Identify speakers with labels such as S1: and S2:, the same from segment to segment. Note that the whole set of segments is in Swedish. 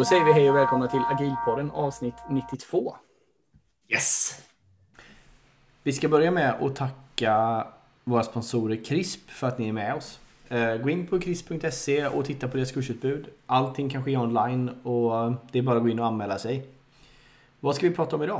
S1: Då säger vi hej och välkomna till Agilpodden avsnitt 92.
S2: Yes!
S3: Vi ska börja med att tacka våra sponsorer CRISP för att ni är med oss. Gå in på crisp.se och titta på deras kursutbud. Allting kan ske online och det är bara att gå in och anmäla sig. Vad ska vi prata om idag?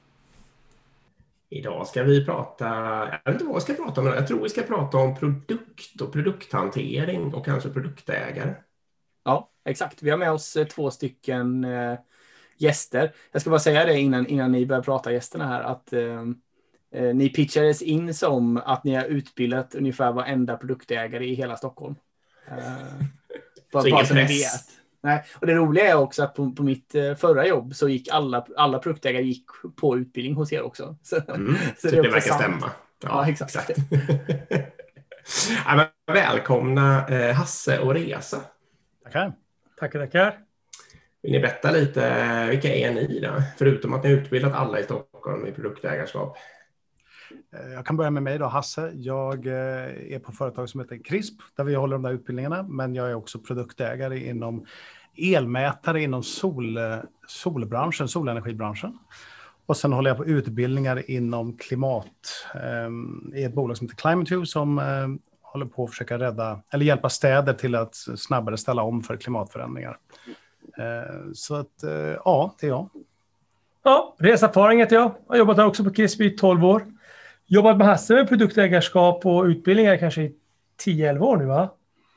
S2: Idag ska vi prata, jag vet inte vad vi ska prata om, men jag tror vi ska prata om produkt och produkthantering och kanske produktägare.
S1: Ja, exakt. Vi har med oss 2 stycken gäster. Jag ska bara säga det innan ni börjar prata gästerna här att ni pitchades in som att ni har utbildat ungefär varenda produktägare i hela Stockholm.
S2: Så ingen
S1: så ni
S2: press.
S1: vet. Nej. Och det roliga är också att på mitt förra jobb så gick alla produktägare gick på utbildning hos er också. Så
S2: det verkar stämma.
S1: Ja, exakt.
S2: Ja, men välkomna Hasse och Reza.
S4: Tackar.
S2: Vill ni berätta lite, vilka är ni då? Förutom att ni har utbildat alla i Stockholm i produktägarskap.
S4: Jag kan börja med mig då, Hasse. Jag är på företag som heter CRISP, där vi håller de där utbildningarna. Men jag är också produktägare inom elmätare inom solbranschen, solenergibranschen. Och sen håller jag på utbildningar inom klimat i ett bolag som heter Climate2 som håller på att försöka hjälpa städer till att snabbare ställa om för klimatförändringar. Så att, ja, det är jag.
S5: Ja, reserfarenhet heter jag. Jag har jobbat här också på CRISP i 12 år. Jobbat med Hasse med produktägarskap och utbildningar kanske i 10-11 år nu, va?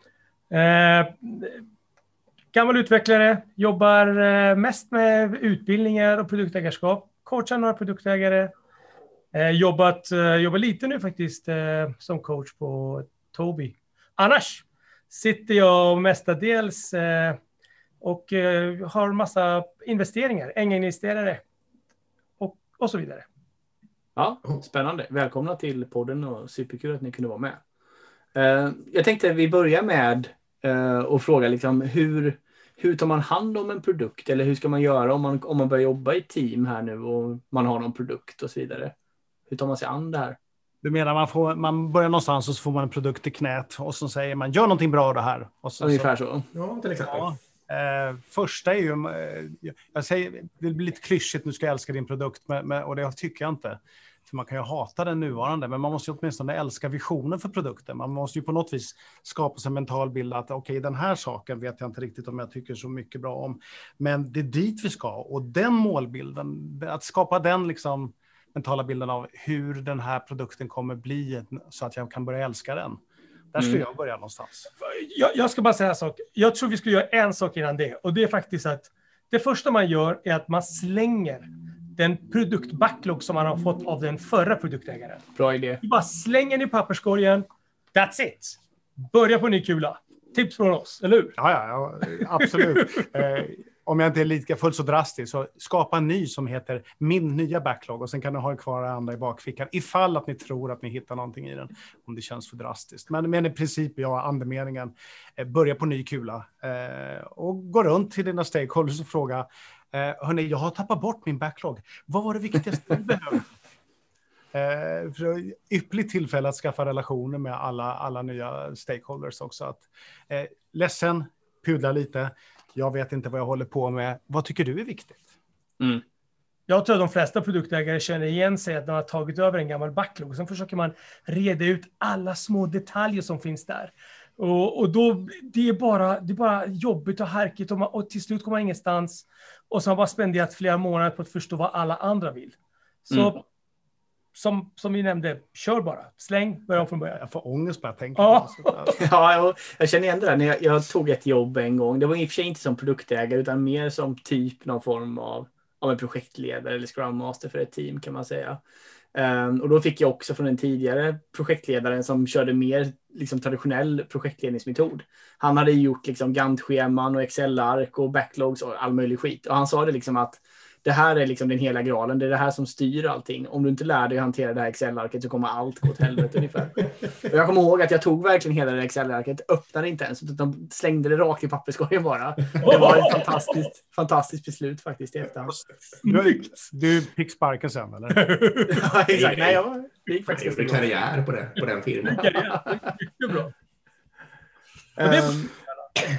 S5: Gammal utvecklare, jobbar mest med utbildningar och produktägarskap. Coachar några produktägare. Jobbar lite nu faktiskt som coach på Tobii. Annars sitter jag mestadels och har massa investeringar, ängelinvesterare och så vidare.
S1: Ja, spännande. Välkomna till podden och superkul att ni kunde vara med. Jag tänkte vi börjar med att fråga liksom, hur tar man hand om en produkt eller hur ska man göra om man börjar jobba i ett team här nu och man har någon produkt och så vidare. Hur tar man sig an det här?
S4: Du menar man börjar någonstans och så får man en produkt i knät och så säger man gör någonting bra av det här. Och så,
S1: ungefär så.
S2: Ja, till exempel.
S4: Ja. Första är ju, jag säger, det blir lite klyschigt, nu ska jag älska din produkt, och det tycker jag inte. För man kan ju hata den nuvarande, men man måste ju åtminstone älska visionen för produkten. Man måste ju på något vis skapa sig en mental bild att okej, den här saken vet jag inte riktigt om jag tycker så mycket bra om. Men det är dit vi ska, och den målbilden, att skapa den liksom mentala bilden av hur den här produkten kommer bli så att jag kan börja älska den. Där skulle jag börja någonstans.
S5: Jag ska bara säga en sak. Jag tror vi skulle göra en sak innan det. Och det är faktiskt att det första man gör är att man slänger den produktbacklog som man har fått av den förra produktägaren.
S1: Bra idé.
S5: Du bara slänger den i papperskorgen. That's it. Börja på ny kula. Tips från oss, eller hur?
S4: Ja, absolut. Om jag inte är lika fullt så drastisk, så skapa en ny som heter min nya backlog och sen kan du ha kvar andra i bakfickan ifall att ni tror att ni hittar någonting i den om det känns för drastiskt. Men i princip, andemeningen, börja på ny kula och gå runt till dina stakeholders och fråga hörni, jag har tappat bort min backlog. Vad var det viktigaste du behöver? För ypperligt tillfälle att skaffa relationer med alla nya stakeholders också. Att, ledsen, pudla lite. Jag vet inte vad jag håller på med. Vad tycker du är viktigt?
S5: Jag tror att de flesta produktägare känner igen sig att de har tagit över en gammal backlog. Sen försöker man reda ut alla små detaljer som finns där. Och då, det är bara jobbigt och härkigt och till slut kommer man ingenstans. Och så har man bara spenderat flera månader på att förstå vad alla andra vill. Så som vi nämnde, kör bara. Släng, börja om från början.
S4: Jag får ångest bara tänka.
S1: Ja, jag känner igen det där. Jag tog ett jobb en gång. Det var i och för sig inte som produktägare utan mer som typ någon form av en projektledare eller Scrum Master för ett team kan man säga. Och då fick jag också från en tidigare projektledare som körde mer liksom, traditionell projektledningsmetod. Han hade gjort liksom, Gantt-scheman och Excel-ark och backlogs och all möjlig skit. Och han sa det liksom att det här är liksom den hela graalen. Det är det här som styr allting. Om du inte lär dig att hantera det här Excel-arket så kommer allt gå åt helvete ungefär. Och jag kommer ihåg att jag tog verkligen hela det Excel-arket. Öppnade inte ens. Utan de slängde det rakt i papperskorgen bara. Det var ett fantastiskt beslut faktiskt i efterhand.
S4: Du fick sparken sen, eller?
S1: Ja, exakt. Nej, jag gick faktiskt
S2: en karriär på den firman.
S5: Mycket bra.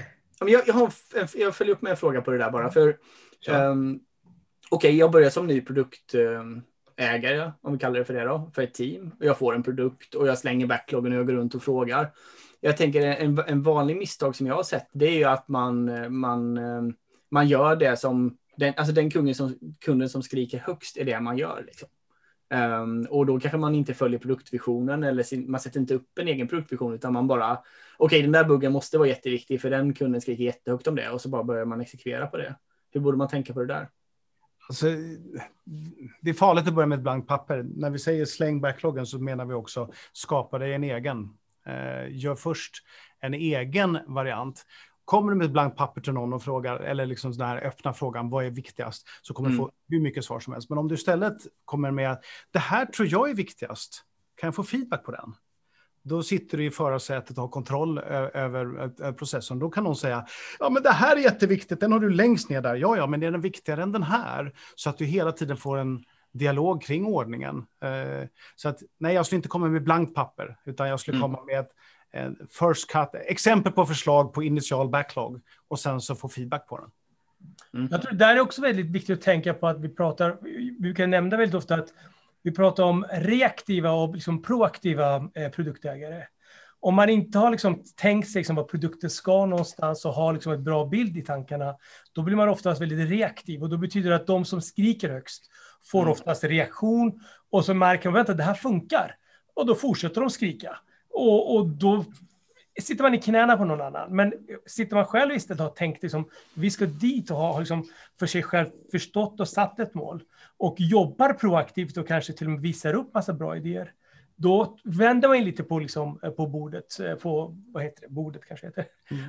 S1: Jag följer upp med en fråga på det där bara. För okej, jag börjar som ny produktägare, om vi kallar det för det då, för ett team. Och jag får en produkt och jag slänger backloggen och jag går runt och frågar. Jag tänker en vanlig misstag som jag har sett, det är ju att man gör det som den kunden som skriker högst är det man gör. Liksom. Och då kanske man inte följer produktvisionen eller man sätter inte upp en egen produktvision, utan man bara den där buggen måste vara jätteviktig för den kunden skriker jättehögt om det, och så bara börjar man exekvera på det. Hur borde man tänka på det där?
S4: Alltså, det är farligt att börja med ett blankt papper. När vi säger släng backloggen så menar vi också skapa dig en egen. Gör först en egen variant. Kommer du med ett blankt papper till någon och frågar, eller liksom sån här öppna frågan, vad är viktigast, så kommer du få hur mycket svar som helst. Men om du istället kommer med, det här tror jag är viktigast, kan jag få feedback på den? Då sitter du i förarsätet och har kontroll över processen. Då kan någon säga, ja men det här är jätteviktigt, den har du längst ner där. Ja, men det är den viktigare än den här. Så att du hela tiden får en dialog kring ordningen. Så att, nej, jag skulle inte komma med blankt papper, utan jag skulle komma med first cut, exempel på förslag på initial backlog, och sen så få feedback på den.
S5: Jag tror det där är också väldigt viktigt att tänka på att vi kan nämna väldigt ofta att vi pratar om reaktiva och liksom proaktiva produktägare. Om man inte har liksom tänkt sig liksom vad produkten ska någonstans och har liksom ett bra bild i tankarna, då blir man oftast väldigt reaktiv, och då betyder det att de som skriker högst får oftast reaktion, och så märker man att det här funkar, och då fortsätter de skrika. Och då sitter man i knäna på någon annan. Men sitter man själv istället och har tänkt liksom, vi ska dit och har liksom för sig själv förstått och satt ett mål och jobbar proaktivt och kanske till och med visar upp massa bra idéer, då vänder man in lite på, liksom, på bordet, på, vad heter det, bordet kanske heter.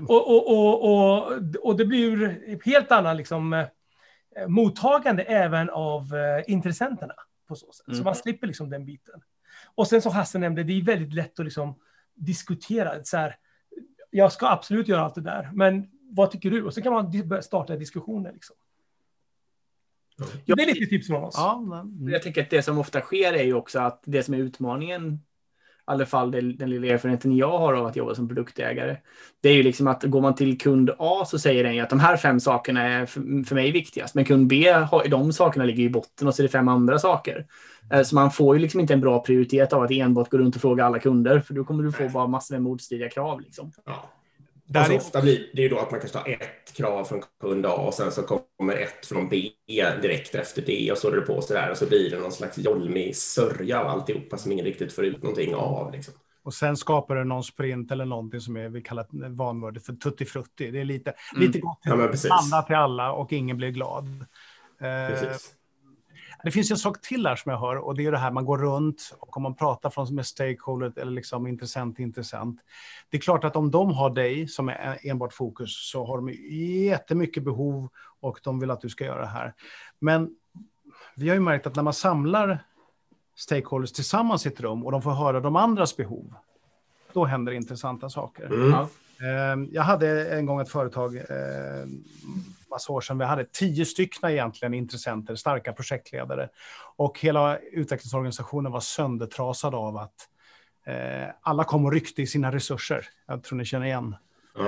S5: Och det blir helt annan liksom, mottagande även av intressenterna på så sätt. Så man slipper liksom den biten. Och sen som Hasse nämnde, det är väldigt lätt att liksom diskutera. Så här, jag ska absolut göra allt det där, men vad tycker du? Och så kan man starta diskussioner. Liksom. Det är lite tips från oss.
S1: Jag tänker att det som ofta sker är ju också att det som är utmaningen, i alla fall den lilla erfarenheten jag har av att jobba som produktägare, det är ju liksom att går man till kund A så säger den ju att de här 5 sakerna är för mig viktigast, men kund B, de sakerna ligger i botten och så är det 5 andra saker. Så man får ju liksom inte en bra prioritet av att enbart gå runt och fråga alla kunder, för då kommer du få bara massor med motstridiga krav. Liksom.
S2: Ja. Och så ofta blir det ju då att man kanske har ett krav från kund A och sen så kommer ett från B direkt efter det, och så är det på så där, och så blir det någon slags jolmig sörja av alltihopa som ingen riktigt får ut någonting av. Liksom.
S4: Och sen skapar det någon sprint eller någonting som vi kallar vanvördigt för tuttifrutti. Det är lite gott till alla och ingen blir glad.
S2: Precis.
S4: Det finns en sak till här som jag hör, och det är det här man går runt och om man pratar med stakeholder eller liksom intressent. Det är klart att om de har dig som är enbart fokus, så har de jättemycket behov och de vill att du ska göra det här. Men vi har ju märkt att när man samlar stakeholders tillsammans i ett rum och de får höra de andras behov, då händer intressanta saker. Jag hade en gång ett företag, massa år sedan, vi hade 10 stycken egentligen intressenter, starka projektledare, och hela utvecklingsorganisationen var söndertrasad av att alla kom och ryckte i sina resurser. Jag tror ni känner igen.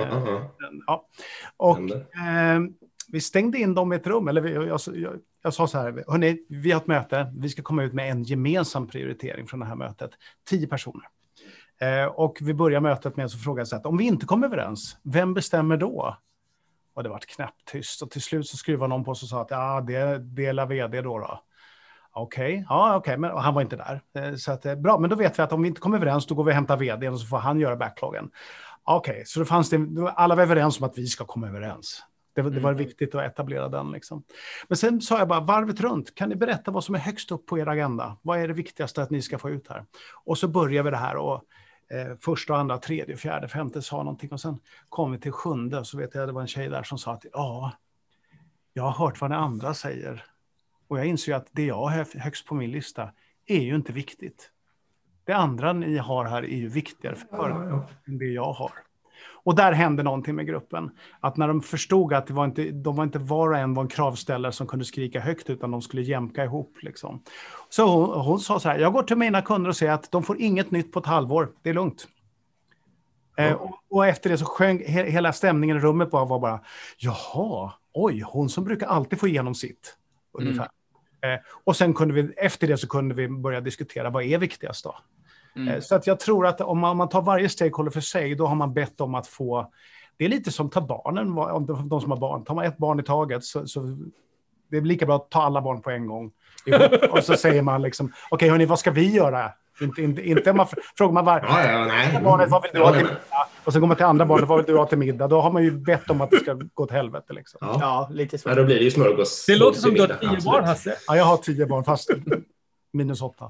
S4: Och vi stängde in dem i ett rum, eller jag sa så här, hörni, vi har ett möte, vi ska komma ut med en gemensam prioritering från det här mötet, 10 personer. Och vi börjar mötet med att fråga sig att om vi inte kommer överens, vem bestämmer då? Och det var knäpptyst, och till slut så skruvade någon på oss och sa att det är vd då. Okej, men och han var inte där. Så att, bra, men då vet vi att om vi inte kommer överens, då går vi och hämtar vd och så får han göra backloggen. Okej, så alla var överens om att vi ska komma överens. Det var viktigt att etablera den. Liksom. Men sen sa jag bara, varvet runt, kan ni berätta vad som är högst upp på er agenda? Vad är det viktigaste att ni ska få ut här? Och så börjar vi det här, och första, andra, tredje, fjärde, femte sa någonting, och sen kom vi till 7:e, så vet jag det var en tjej där som sa att jag har hört vad ni andra säger, och jag inser ju att det jag har högst på min lista är ju inte viktigt. Det andra ni har här är ju viktigare för än det jag har. Och där hände någonting med gruppen. Att när de förstod att de var inte var och en var en kravställare som kunde skrika högt, utan de skulle jämka ihop. Liksom. Så hon sa så här, jag går till mina kunder och säger att de får inget nytt på ett halvår. Det är lugnt. Och efter det så sjöng hela stämningen i rummet var bara, jaha, oj, hon som brukar alltid få igenom sitt. Ungefär. Och sen efter det så kunde vi börja diskutera vad är viktigast då. Så att jag tror att om man tar varje stakeholder för sig, då har man bett om att få, det är lite som ta barnen, om de som har barn. Tar man ett barn i taget så det är lika bra att ta alla barn på en gång. Och så säger man liksom, okej, hörni, vad ska vi göra? Inte man frågar man barnet, vad vill du ha till middag? Och så går man till andra barnet, vad vill du ha till middag? Då har man ju bett om att det ska gå åt helvete. Liksom.
S1: Ja, lite så.
S2: Ja, då blir det ju smörgås.
S5: Det låter som du har 10 barn, Hasse.
S4: Ja, jag har 10 barn, fast -8.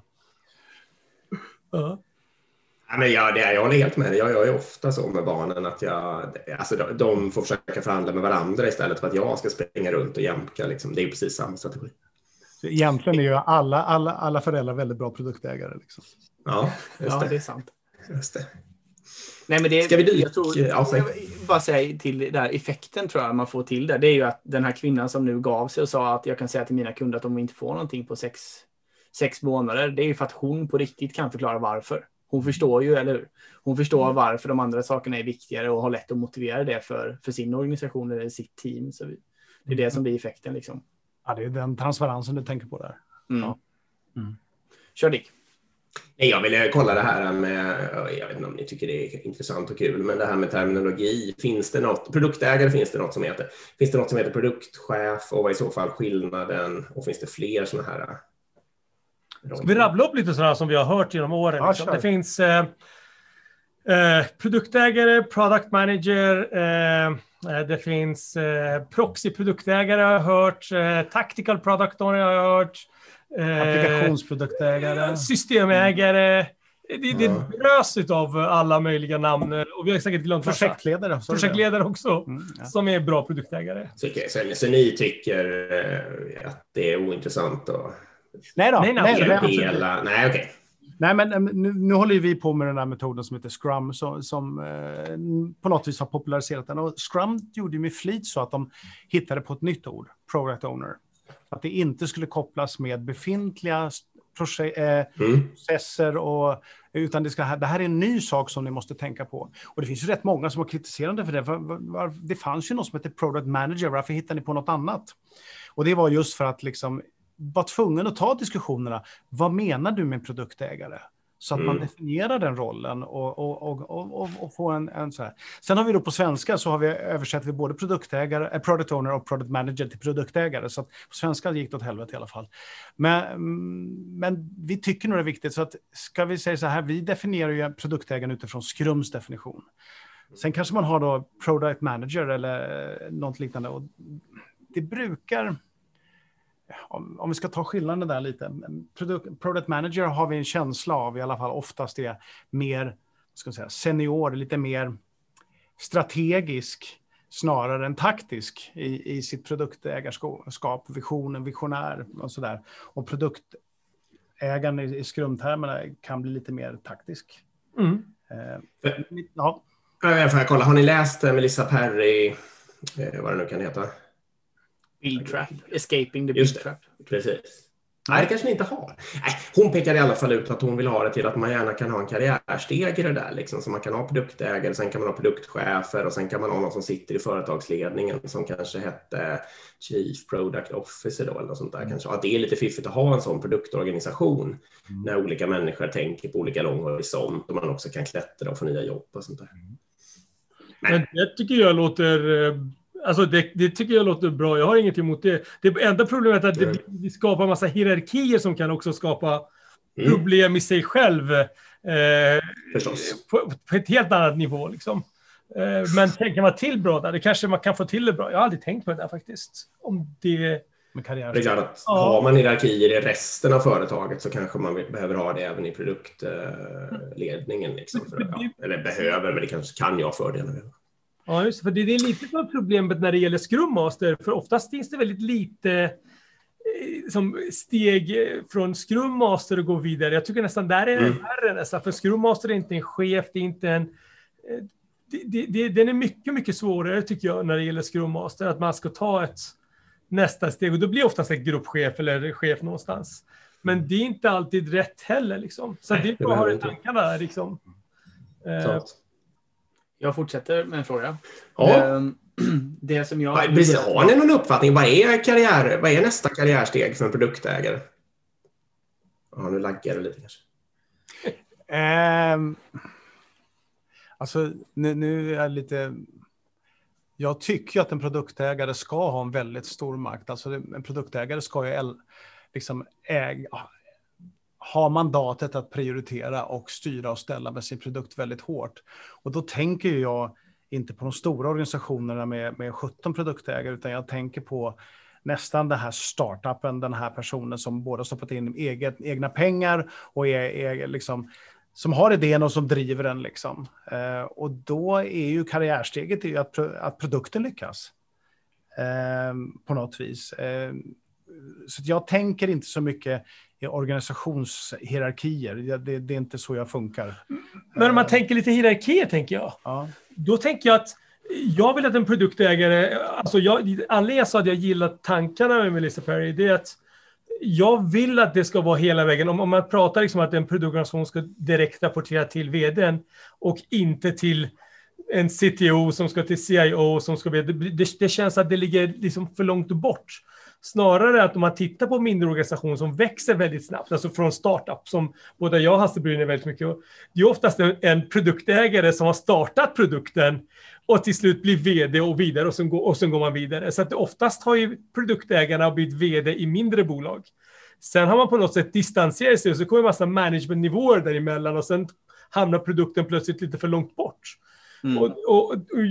S2: Ja, men jag håller helt med dig. Jag är ofta så med barnen att de får försöka förhandla med varandra istället för att jag ska springa runt och jämka. Liksom. Det är precis samma strategi.
S4: Så egentligen är ju alla föräldrar väldigt bra produktägare. Liksom.
S2: Ja, just det.
S1: Det är sant.
S2: Just det.
S1: Nej, men det,
S2: ska vi dyka?
S1: Jag tror, bara säga till den här effekten tror jag man får till det. Det är ju att den här kvinnan som nu gav sig och sa att jag kan säga till mina kunder att de inte får någonting på 6 månader. Det är ju för att hon på riktigt kan förklara varför. Hon förstår ju, eller hur? Hon förstår varför de andra sakerna är viktigare och har lätt att motivera det för sin organisation eller sitt team. Så det är det som blir effekten liksom.
S4: Ja, det är den transparensen du tänker på där. Ja.
S1: Kör Dick.
S2: Nej, jag ville kolla det här med, jag vet inte om ni tycker det är intressant och kul, men det här med terminologi. Finns det något något som heter produktchef och vad är i så fall skillnaden? Och finns det fler sådana här?
S5: Ska vi rabbla upp lite sådana som vi har hört genom åren?
S4: Ja,
S5: liksom. Det finns produktägare, product manager, det finns proxy-produktägare har jag hört, tactical product owner har jag hört,
S4: applikationsproduktägare,
S5: systemägare. Det drös av alla möjliga namn och vi har säkert glömt projektledare också som är bra produktägare.
S2: Så ni tycker att det är ointressant och
S4: Nej,
S2: okej.
S4: Nej, men nu håller vi på med den här metoden som heter Scrum som på något vis har populariserat den. Och Scrum gjorde med flit så att de hittade på ett nytt ord, Product Owner. Att det inte skulle kopplas med befintliga processer, utan det här är en ny sak som ni måste tänka på. Och det finns ju rätt många som har kritiserande för det. Det fanns ju något som heter Product Manager, varför hittar ni på något annat? Och det var just för att liksom var tvungen att ta diskussionerna. Vad menar du med produktägare? Så att man definierar den rollen och får en så här. Sen har vi då på svenska så har vi översatt vi både produktägare, product owner och product manager till produktägare. Så att på svenska gick det åt helvete i alla fall. Men vi tycker nog det är viktigt. Så att ska vi säga så här, vi definierar ju produktägaren utifrån Scrums definition. Sen kanske man har då product manager eller något liknande. Och det brukar... Om vi ska ta skillnaden där lite. Product manager har vi en känsla av i alla fall oftast är mer senior, lite mer strategisk snarare än taktisk i sitt produktägarskap, visionär och sådär. Och produktägaren i skrumtermerna kan bli lite mer taktisk.
S2: Jag får kolla, har ni läst Melissa Perry, vad det nu kan heta?
S1: Build Trap. Escaping the Build Trap.
S2: Precis. Nej, det kanske ni inte har. Nej, hon pekar i alla fall ut att hon vill ha det till att man gärna kan ha en karriärsteg i det där. Liksom. Så man kan ha produktägare, sen kan man ha produktchefer och sen kan man ha någon som sitter i företagsledningen som kanske hette Chief Product Officer då, eller något sånt där. Kanske. Ja, det är lite fiffigt att ha en sån produktorganisation när olika människor tänker på olika lång horisont och man också kan klättra och få nya jobb och sånt där.
S5: Men det tycker jag låter... Alltså det tycker jag låter bra. Jag har inget emot det. Det enda problemet är att det skapar en massa hierarkier som kan också skapa problem i sig själv. På ett helt annat nivå. Liksom. Men tänker man till bra där, det kanske man kan få till det bra. Jag har aldrig tänkt på det där faktiskt. Om det...
S2: Det är klart att har man hierarkier i resten av företaget så kanske man behöver ha det även i produktledningen. Liksom, eller behöver, men det kanske kan jag fördelar med.
S5: Ja, just det, för det är lite för problemet när det gäller Scrum Master, för oftast finns det väldigt lite som steg från Scrum Master att gå vidare. Jag tycker nästan där är det värre nästan, för Scrum Master är inte en chef, det är inte en... Den är mycket, mycket svårare tycker jag när det gäller Scrum Master, att man ska ta ett nästa steg, och då blir oftast ett gruppchef eller chef någonstans. Men det är inte alltid rätt heller liksom. Så det är bara att ha tankarna liksom.
S1: Jag fortsätter med en fråga.
S2: Ja.
S1: Det som jag...
S2: Precis, har ni någon uppfattning? Vad är nästa karriärsteg för en produktägare? Ja, nu laggar det lite kanske.
S4: Alltså, nu är jag lite... Jag tycker att en produktägare ska ha en väldigt stor makt. Alltså, en produktägare ska ju liksom ha mandatet att prioritera och styra och ställa med sin produkt väldigt hårt. Och då tänker jag inte på de stora organisationerna med 17 produktägare, utan jag tänker på nästan den här startupen, den här personen som både har stoppat in egna pengar och är liksom, som har idén och som driver den. Liksom. Och då är ju karriärsteget är ju att produkten lyckas på något vis. Så jag tänker inte så mycket i organisationshierarkier. Det är inte så jag funkar.
S5: Men om man tänker lite hierarkier, tänker jag.
S4: Ja.
S5: Då tänker jag att jag vill att en produktägare... Alltså anledningen jag sa att jag gillar tankarna med Melissa Perry, det är att jag vill att det ska vara hela vägen. Om man pratar liksom att en produktorganisation ska direkt rapportera till vdn och inte till en CTO som ska till CIO som ska... Det känns att det ligger liksom för långt bort. Snarare att om man tittar på mindre organisationer som växer väldigt snabbt, alltså från startup som både jag och Hasse bryr väldigt mycket. Det är oftast en produktägare som har startat produkten och till slut blir vd och vidare och sen går man vidare. Så att oftast har ju produktägarna blivit vd i mindre bolag. Sen har man på något sätt distanserat sig och så kommer en massa managementnivåer däremellan och sen hamnar produkten plötsligt lite för långt bort. Och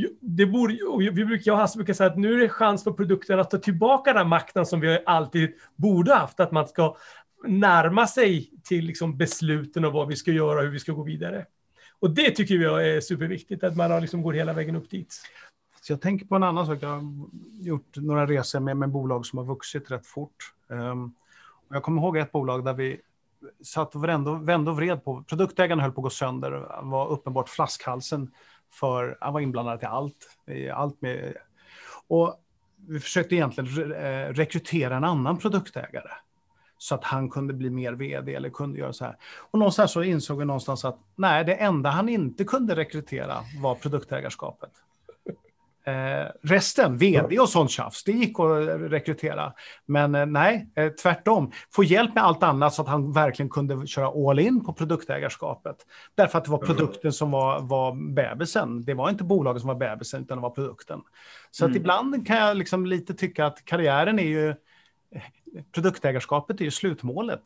S5: vi brukar säga att nu är det chans för produkten att ta tillbaka den makten som vi alltid borde haft, att man ska närma sig till liksom besluten och vad vi ska göra och hur vi ska gå vidare. Och det tycker jag är superviktigt, att man liksom går hela vägen upp dit.
S4: Så jag tänker på en annan sak. Jag har gjort några resor med bolag som har vuxit rätt fort. Och jag kommer ihåg ett bolag där vi satt och vände och vred på. Produktägaren höll på att gå sönder. Han var uppenbart flaskhalsen. För han var inblandad i allt med. Och vi försökte egentligen rekrytera en annan produktägare så att han kunde bli mer vd eller kunde göra så här. Och någonstans så insåg vi någonstans att nej, det enda han inte kunde rekrytera var produktägarskapet. Resten, vd och sånt tjafs, det gick att rekrytera. Men nej, tvärtom. Få hjälp med allt annat så att han verkligen kunde köra all in på produktägarskapet. Därför att det var produkten som var bebisen. Det var inte bolaget som var bebisen, utan det var produkten. Så att ibland kan jag liksom lite tycka att karriären är ju... Produktägarskapet är ju slutmålet.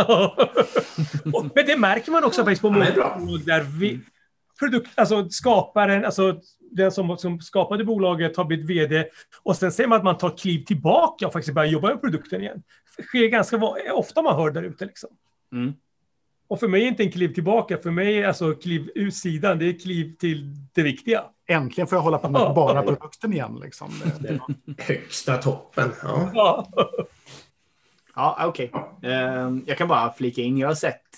S5: Men det märker man också faktiskt på många bolag där skaparen, alltså den som skapade bolaget har blivit vd och sen ser man att man tar kliv tillbaka och faktiskt börjar jobba med produkten igen. Det sker ganska ofta man hör där ute liksom. Och för mig är inte en kliv tillbaka, för mig är alltså kliv ur sidan, det är kliv till det viktiga.
S4: Äntligen får jag hålla på med bara produkten igen liksom.
S2: Högsta toppen.
S1: Ja, okej. Jag kan bara flika in. Jag har sett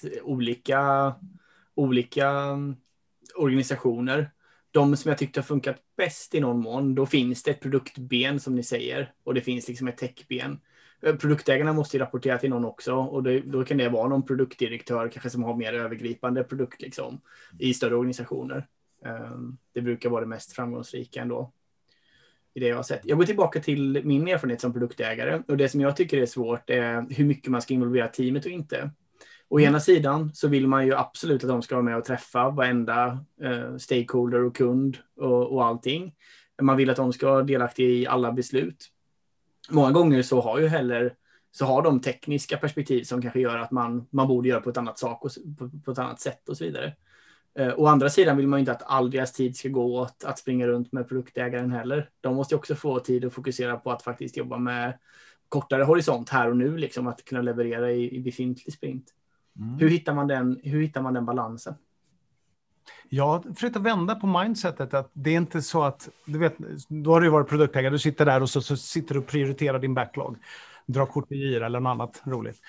S1: olika organisationer. De som jag tyckte har funkat bäst i någon mån, då finns det ett produktben som ni säger. Och det finns liksom ett techben. Produktägarna måste ju rapportera till någon också. Och då kan det vara någon produktdirektör kanske som har mer övergripande produkt liksom, i större organisationer. Det brukar vara det mest framgångsrika ändå. I det jag har sett. Jag går tillbaka till min erfarenhet som produktägare. Och det som jag tycker är svårt är hur mycket man ska involvera teamet och inte. Å ena sidan så vill man ju absolut att de ska vara med och träffa varenda stakeholder och kund och allting. Man vill att de ska vara delaktiga i alla beslut. Många gånger så har de tekniska perspektiv som kanske gör att man borde göra på ett annat på ett annat sätt och så vidare. Å andra sidan vill man ju inte att all deras tid ska gå åt att springa runt med produktägaren heller. De måste också få tid att fokusera på att faktiskt jobba med kortare horisont här och nu, liksom att kunna leverera i befintlig sprint. Hur hittar man den balansen?
S4: Jag försökte vända på mindsetet att det är inte så att, du vet, då har du varit produktägare, du sitter där och så sitter du och prioriterar din backlog. Dra kort i gira eller något annat roligt.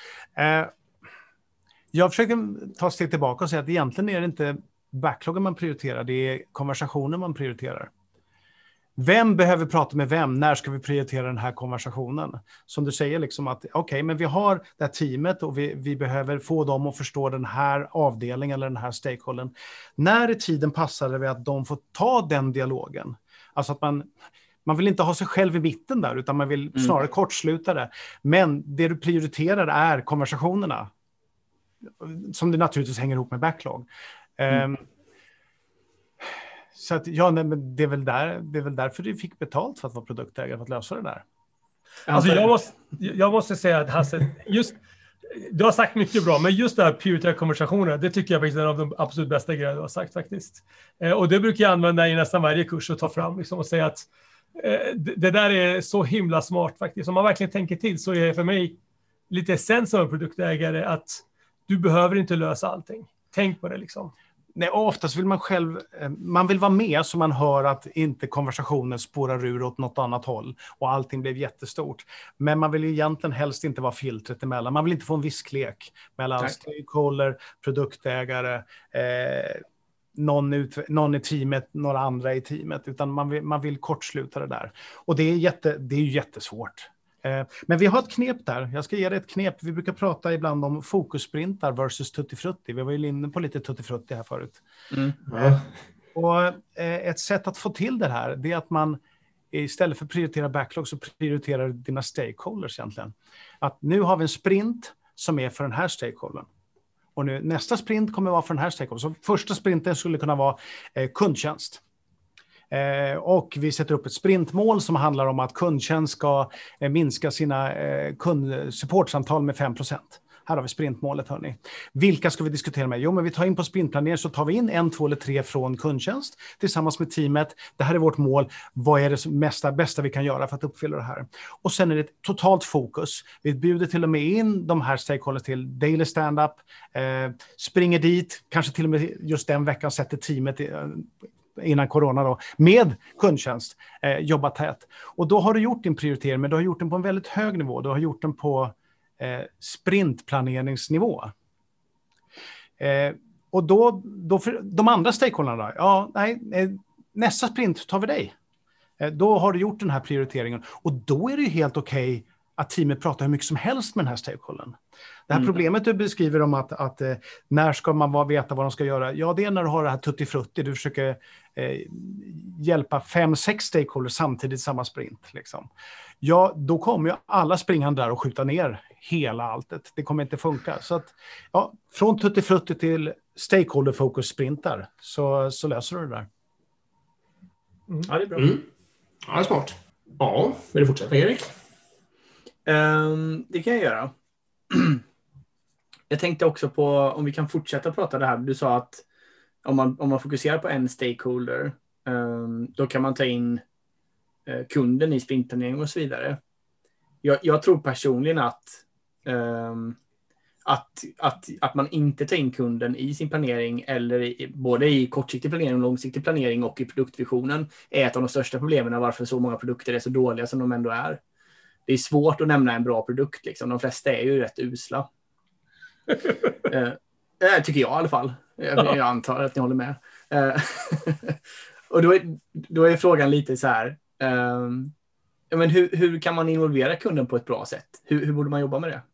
S4: Jag försöker ta ett steg tillbaka och säga att egentligen är det inte backloggen man prioriterar, det är konversationen man prioriterar. Vem behöver prata med vem? När ska vi prioritera den här konversationen? Som du säger, liksom att okej, men vi har det här teamet och vi behöver få dem att förstå den här avdelningen eller den här stakeholdern. När i tiden passar det att de får ta den dialogen? Alltså att man vill inte ha sig själv i mitten där, utan man vill snarare kortsluta det. Men det du prioriterar är konversationerna. Som det naturligtvis hänger ihop med backlog. Så att, ja, nej, men det är väl därför du fick betalt för att vara produktägare, för att lösa det där.
S5: Alltså jag måste säga att Hasse, du har sagt mycket bra, men just det här prioritera-konversationerna, det tycker jag faktiskt är en av de absolut bästa grejerna du har sagt faktiskt. Och det brukar jag använda i nästan varje kurs och ta fram liksom, och säga att det där är så himla smart faktiskt. Om man verkligen tänker till så är det för mig lite essens av en produktägare att du behöver inte lösa allting. Tänk på det liksom.
S4: Nej, oftast vill man vill vara med så man hör att inte konversationen spårar ur åt något annat håll och allting blev jättestort. Men man vill ju egentligen helst inte vara filtret emellan. Man vill inte få en visklek mellan stakeholder, produktägare, någon i teamet, några andra i teamet, utan man vill kortsluta det där. Och det är ju jättesvårt. Men vi har ett knep där. Jag ska ge dig ett knep. Vi brukar prata ibland om fokussprintar versus tuttifrutti. Vi var ju inne på lite tuttifrutti här förut. Och ett sätt att få till det här, det är att man istället för att prioritera backlog så prioriterar dina stakeholders egentligen. Att nu har vi en sprint som är för den här stakeholdern. Och nu, nästa sprint kommer vara för den här stakeholdern. Så första sprinten skulle kunna vara kundtjänst. Och vi sätter upp ett sprintmål som handlar om att kundtjänst ska minska sina supportsamtal med 5%. Här har vi sprintmålet, hörni. Vilka ska vi diskutera med? Jo, men vi tar in på sprintplanering så tar vi in 1, 2 eller 3 från kundtjänst tillsammans med teamet. Det här är vårt mål. Vad är det bästa vi kan göra för att uppfylla det här? Och sen är det ett totalt fokus. Vi bjuder till och med in de här stakeholders till daily stand-up. Springer dit, kanske till och med just den veckan sätter teamet innan corona då, med kundtjänst, jobba tätt. Och då har du gjort din prioritering, men du har gjort den på en väldigt hög nivå. Du har gjort den på sprintplaneringsnivå. Och då för de andra stakeholdarna, nästa sprint tar vi dig. Då har du gjort den här prioriteringen. Och då är det ju helt okej att teamet pratar hur mycket som helst med den här stakeholdern. Det här problemet du beskriver om att när ska man veta vad de ska göra? Ja, det är när du har det här tuttifrutti. Du försöker hjälpa 5-6 stakeholders samtidigt i samma sprint. Liksom. Ja, då kommer ju alla springande där och skjuta ner hela alltet. Det kommer inte funka. Så att, ja, från tuttifrutti till stakeholder-fokus-sprintar så löser du det där.
S1: Ja, det är bra.
S2: Ja, det är smart. Ja, vill du fortsätta, Erik?
S1: Det kan jag göra. Jag tänkte också på om vi kan fortsätta prata det här. Du sa att om man fokuserar på en stakeholder, då kan man ta in kunden i sprintplanering och så vidare. Jag tror personligen att man inte tar in kunden i sin planering eller både i kortsiktig planering och långsiktig planering och i produktvisionen är ett av de största problemen varför så många produkter är så dåliga som de ändå är. Det är svårt att nämna en bra produkt. Liksom. De flesta är ju rätt usla. Tycker jag i alla fall. Jag antar att ni håller med. Och då är frågan lite så här. Men hur kan man involvera kunden på ett bra sätt? Hur borde man jobba med det?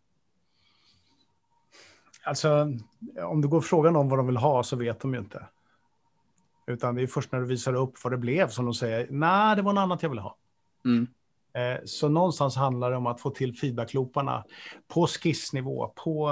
S4: Alltså, om du går frågan om vad de vill ha så vet de ju inte. Utan det är först när du visar upp vad det blev som de säger, nej, det var något annat jag ville ha. Så någonstans handlar det om att få till feedbacklooparna på skissnivå,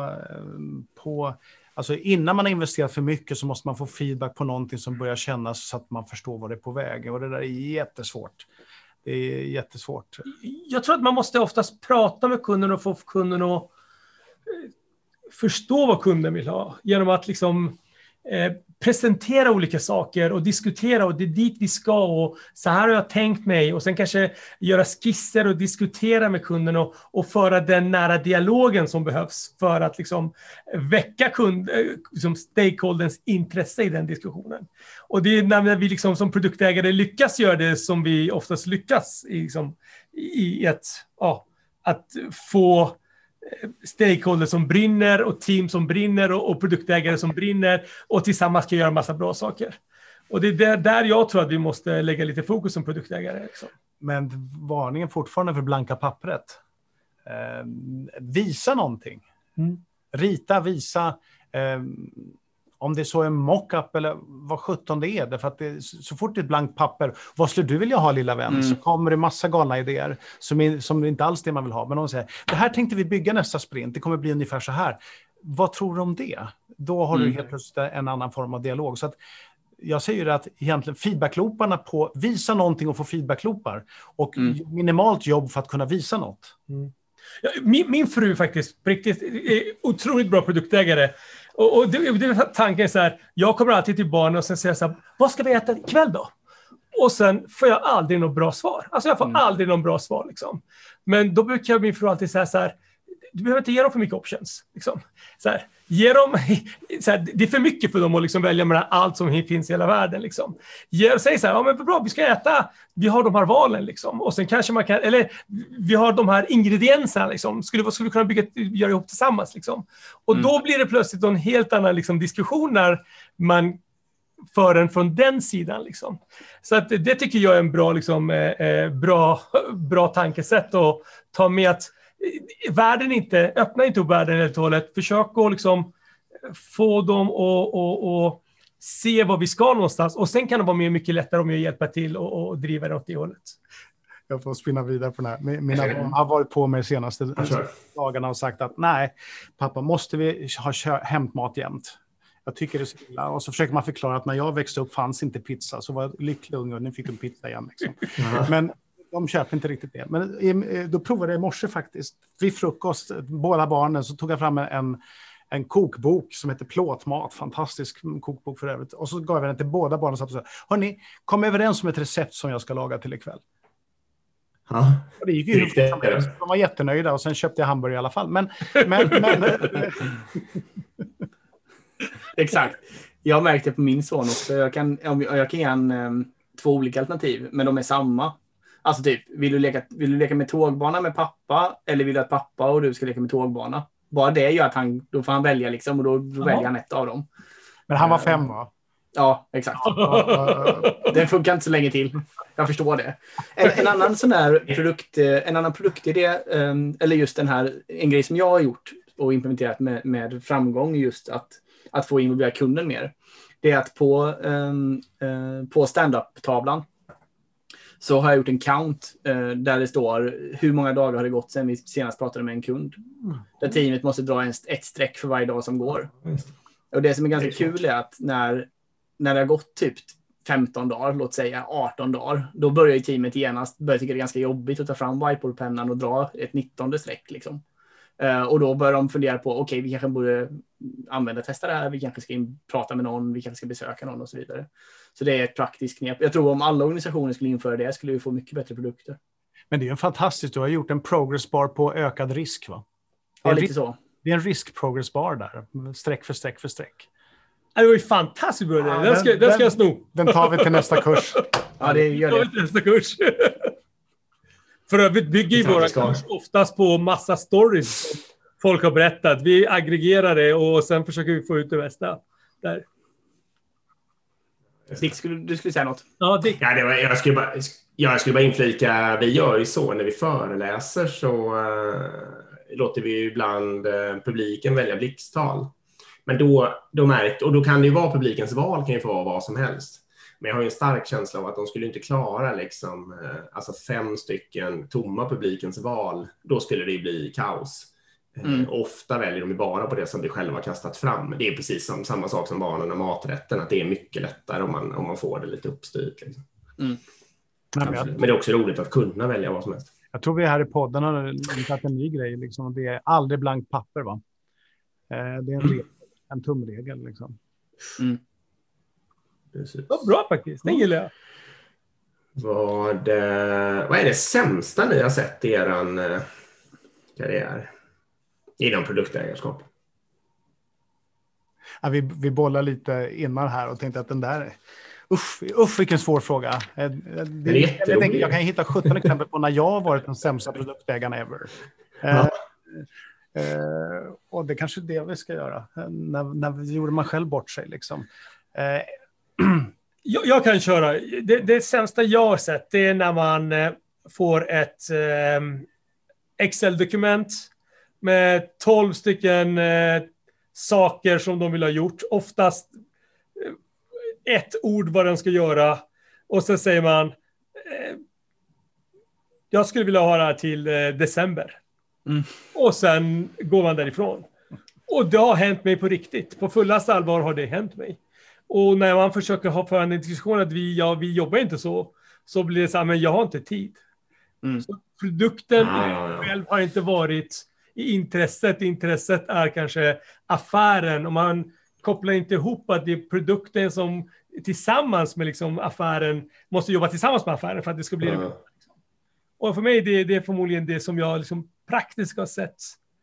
S4: alltså innan man har investerat för mycket så måste man få feedback på någonting som börjar kännas så att man förstår vad det är på väg. Och det där är jättesvårt. Det är jättesvårt.
S5: Jag tror att man måste oftast prata med kunden och få kunden att förstå vad kunden vill ha. Genom att liksom presentera olika saker och diskutera och det är dit vi ska och så här har jag tänkt mig och sen kanske göra skisser och diskutera med kunden och föra den nära dialogen som behövs för att liksom väcka liksom stakeholderns intresse i den diskussionen. Och det är när vi liksom som produktägare lyckas göra det som vi oftast lyckas i att få stakeholders som brinner och team som brinner och produktägare som brinner och tillsammans kan göra en massa bra saker. Och det är där jag tror att vi måste lägga lite fokus som produktägare. Liksom.
S4: Men varningen fortfarande för blanka pappret. Visa någonting. Rita, visa. Om det så är mockup eller vad 17 det är. Därför att så fort det är ett blankt papper, vad skulle du vilja ha lilla vän? Så kommer det massa galna idéer som inte alls det man vill ha. Men de säger, det här tänkte vi bygga nästa sprint, det kommer bli ungefär så här. Vad tror du om det? Då har du helt plötsligt en annan form av dialog. Så att jag säger att egentligen feedbacklooparna på visa någonting och få feedbackloopar. Och minimalt jobb för att kunna visa något.
S5: Ja, min fru faktiskt riktigt är otroligt bra produktägare. Och det tanken är så här, jag kommer alltid till barnen och sen säger så här, vad ska vi äta ikväll då? Och sen får jag aldrig något bra svar. Alltså jag får aldrig någon bra svar liksom. Men då brukar min fru alltid säga så här, du behöver inte ge dem för mycket options. Liksom. Så här, ge dem, så här, det är för mycket för dem att liksom välja mellan allt som finns i hela världen. Liksom. Säg så här, ja men bra, vi ska äta, vi har de här valen. Liksom. Och sen kanske man kan, eller vi har de här ingredienserna. Liksom. Skulle vi kunna göra ihop tillsammans. Liksom. Och då blir det plötsligt en helt annan liksom, diskussion när man för den från den sidan. Liksom. Så att det tycker jag är en bra, liksom, bra tankesätt att ta med att öppna inte upp världen helt och hållet. Försök att liksom få dem att se vad vi ska någonstans. Och sen kan det vara mycket lättare om jag hjälper till och driva det åt det hållet.
S4: Jag får spinna vidare på den här. Mina barn har varit på mig de senaste dagarna och sagt att nej, pappa, måste vi ha hämtmat jämt? Jag tycker det är så illa. Och så försöker man förklara att när jag växte upp fanns inte pizza. Så var jag lycklig unge och nu fick de pizza igen. Liksom. Men de köper inte riktigt det. Men då provade jag i morse faktiskt. Vid frukost, båda barnen, så tog jag fram en kokbok som heter Plåtmat. Fantastisk kokbok för övrigt. Och så gav jag den till båda barnen och sa, hörni, kom överens om ett recept som jag ska laga till ikväll.
S2: Ja.
S4: Och det gick ju de var jättenöjda och sen köpte jag hamburgare i alla fall. Men
S1: Exakt. Jag märkte på min son också. Jag kan ge en 2 olika alternativ, men de är samma. Alltså typ, vill du leka med tågbana med pappa, eller vill du att pappa och du ska leka med tågbana? Bara det gör att då får han välja liksom, och då väljer han ett av dem.
S4: Men han var 5 va?
S1: Ja, exakt. Den funkar inte så länge till. Jag förstår det. En annan sån här produktidé, eller just en grej som jag har gjort och implementerat med framgång, just att få involvera kunden mer. Det är att på stand-up-tavlan så har jag gjort en count där det står hur många dagar har det gått sedan vi senast pratade med en kund. Där teamet måste dra ett streck för varje dag som går. Och det som är ganska kul är att när det har gått typ 15 dagar, låt säga 18 dagar, då börjar ju teamet genast börja tycka det är ganska jobbigt att ta fram whiteboardpennan och dra ett 19:e streck liksom. Och då börjar de fundera på, okej, vi kanske borde testa det här, vi kanske ska prata med någon, vi kanske ska besöka någon och så vidare. Så det är ett praktiskt knep. Jag tror om alla organisationer skulle införa det skulle vi få mycket bättre produkter.
S4: Men det är ju fantastiskt, du har gjort en progress bar på ökad risk va?
S1: Ja, lite så.
S4: Det är en risk progress bar där, streck för streck för streck.
S5: Det var ju fantastiskt bra. Den ska jag sno.
S4: Den tar vi till nästa kurs.
S1: Ja, det gör det.
S5: Den tar vi till nästa kurs. För övrigt bygger ju våra kurs oftast på massa stories som folk har berättat. Vi aggregerar det och sen försöker vi få ut det bästa där.
S1: Dick, du skulle säga något?
S5: Ja, Dick.
S2: Ja, jag skulle bara inflika, vi gör ju så när vi föreläser så låter vi ibland publiken välja blixttal. Men då kan det ju vara publikens val, kan ju få vara vad som helst. Men jag har ju en stark känsla av att de skulle inte klara liksom, 5 stycken tomma publikens val. Då skulle det bli kaos. Ofta väljer de ju bara på det som de själva har kastat fram. Det är precis samma sak som barnen och maträtten. Att det är mycket lättare om man får det lite uppstyrt. Liksom. Men det är också roligt att kunna välja vad som helst.
S4: Jag tror vi här i podden har tagit en ny grej. Liksom. Det är aldrig blankt papper va? Det är en tumregel liksom.
S5: Vad bra faktiskt, det gillar jag.
S2: Vad är det sämsta ni har sett i eran karriär inom produktägarskap?
S4: Ja, vi bollar lite innan här och tänkte att den där uff vilken svår fråga. Jag kan hitta 17 exempel på när jag har varit den sämsta produktägaren ever. Och det kanske är det vi ska göra. När gjorde man själv bort sig liksom.
S5: Jag kan köra. Det sämsta jag har sett, det är när man får ett Excel-dokument med 12 stycken saker som de vill ha gjort. Oftast ett ord vad den ska göra. Och sen säger man jag skulle vilja ha det här till december. Och sen går man därifrån. Och det har hänt mig på riktigt. På fullaste allvar har det hänt mig. Och när man försöker ha för en diskussion att vi jobbar inte så blir det så här, men jag har inte tid. Så produkten själv har inte varit i intresset. Intresset är kanske affären. Och man kopplar inte ihop att det är produkten som tillsammans med liksom affären måste jobba tillsammans med affären för att det ska bli det. Och för mig det är förmodligen det som jag liksom praktiskt har sett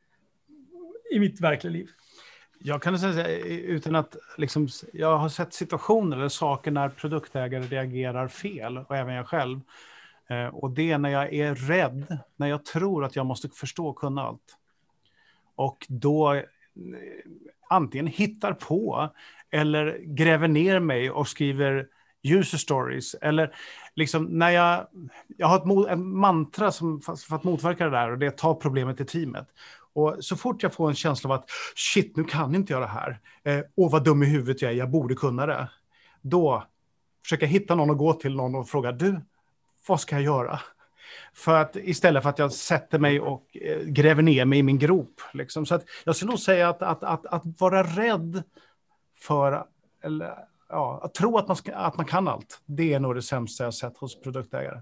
S5: i mitt verkliga liv.
S4: Jag kan säga utan att liksom, jag har sett situationer eller saker när produktägare reagerar fel, och även jag själv. Och det är när jag är rädd, när jag tror att jag måste förstå och kunna allt. Och då antingen hittar på eller gräver ner mig och skriver user stories. Eller liksom när jag har ett mantra för att motverka det där, och det är att ta problemet i teamet. Och så fort jag får en känsla av att shit, nu kan inte jag det här. Och vad dum i huvudet jag borde kunna det. Då försöker jag hitta någon och gå till någon och fråga, du, vad ska jag göra? För att istället för att jag sätter mig och gräver ner mig i min grop. Liksom. Så att jag skulle nog säga att vara rädd för, eller att tro att man kan allt. Det är nog det sämsta jag sett hos produktägare.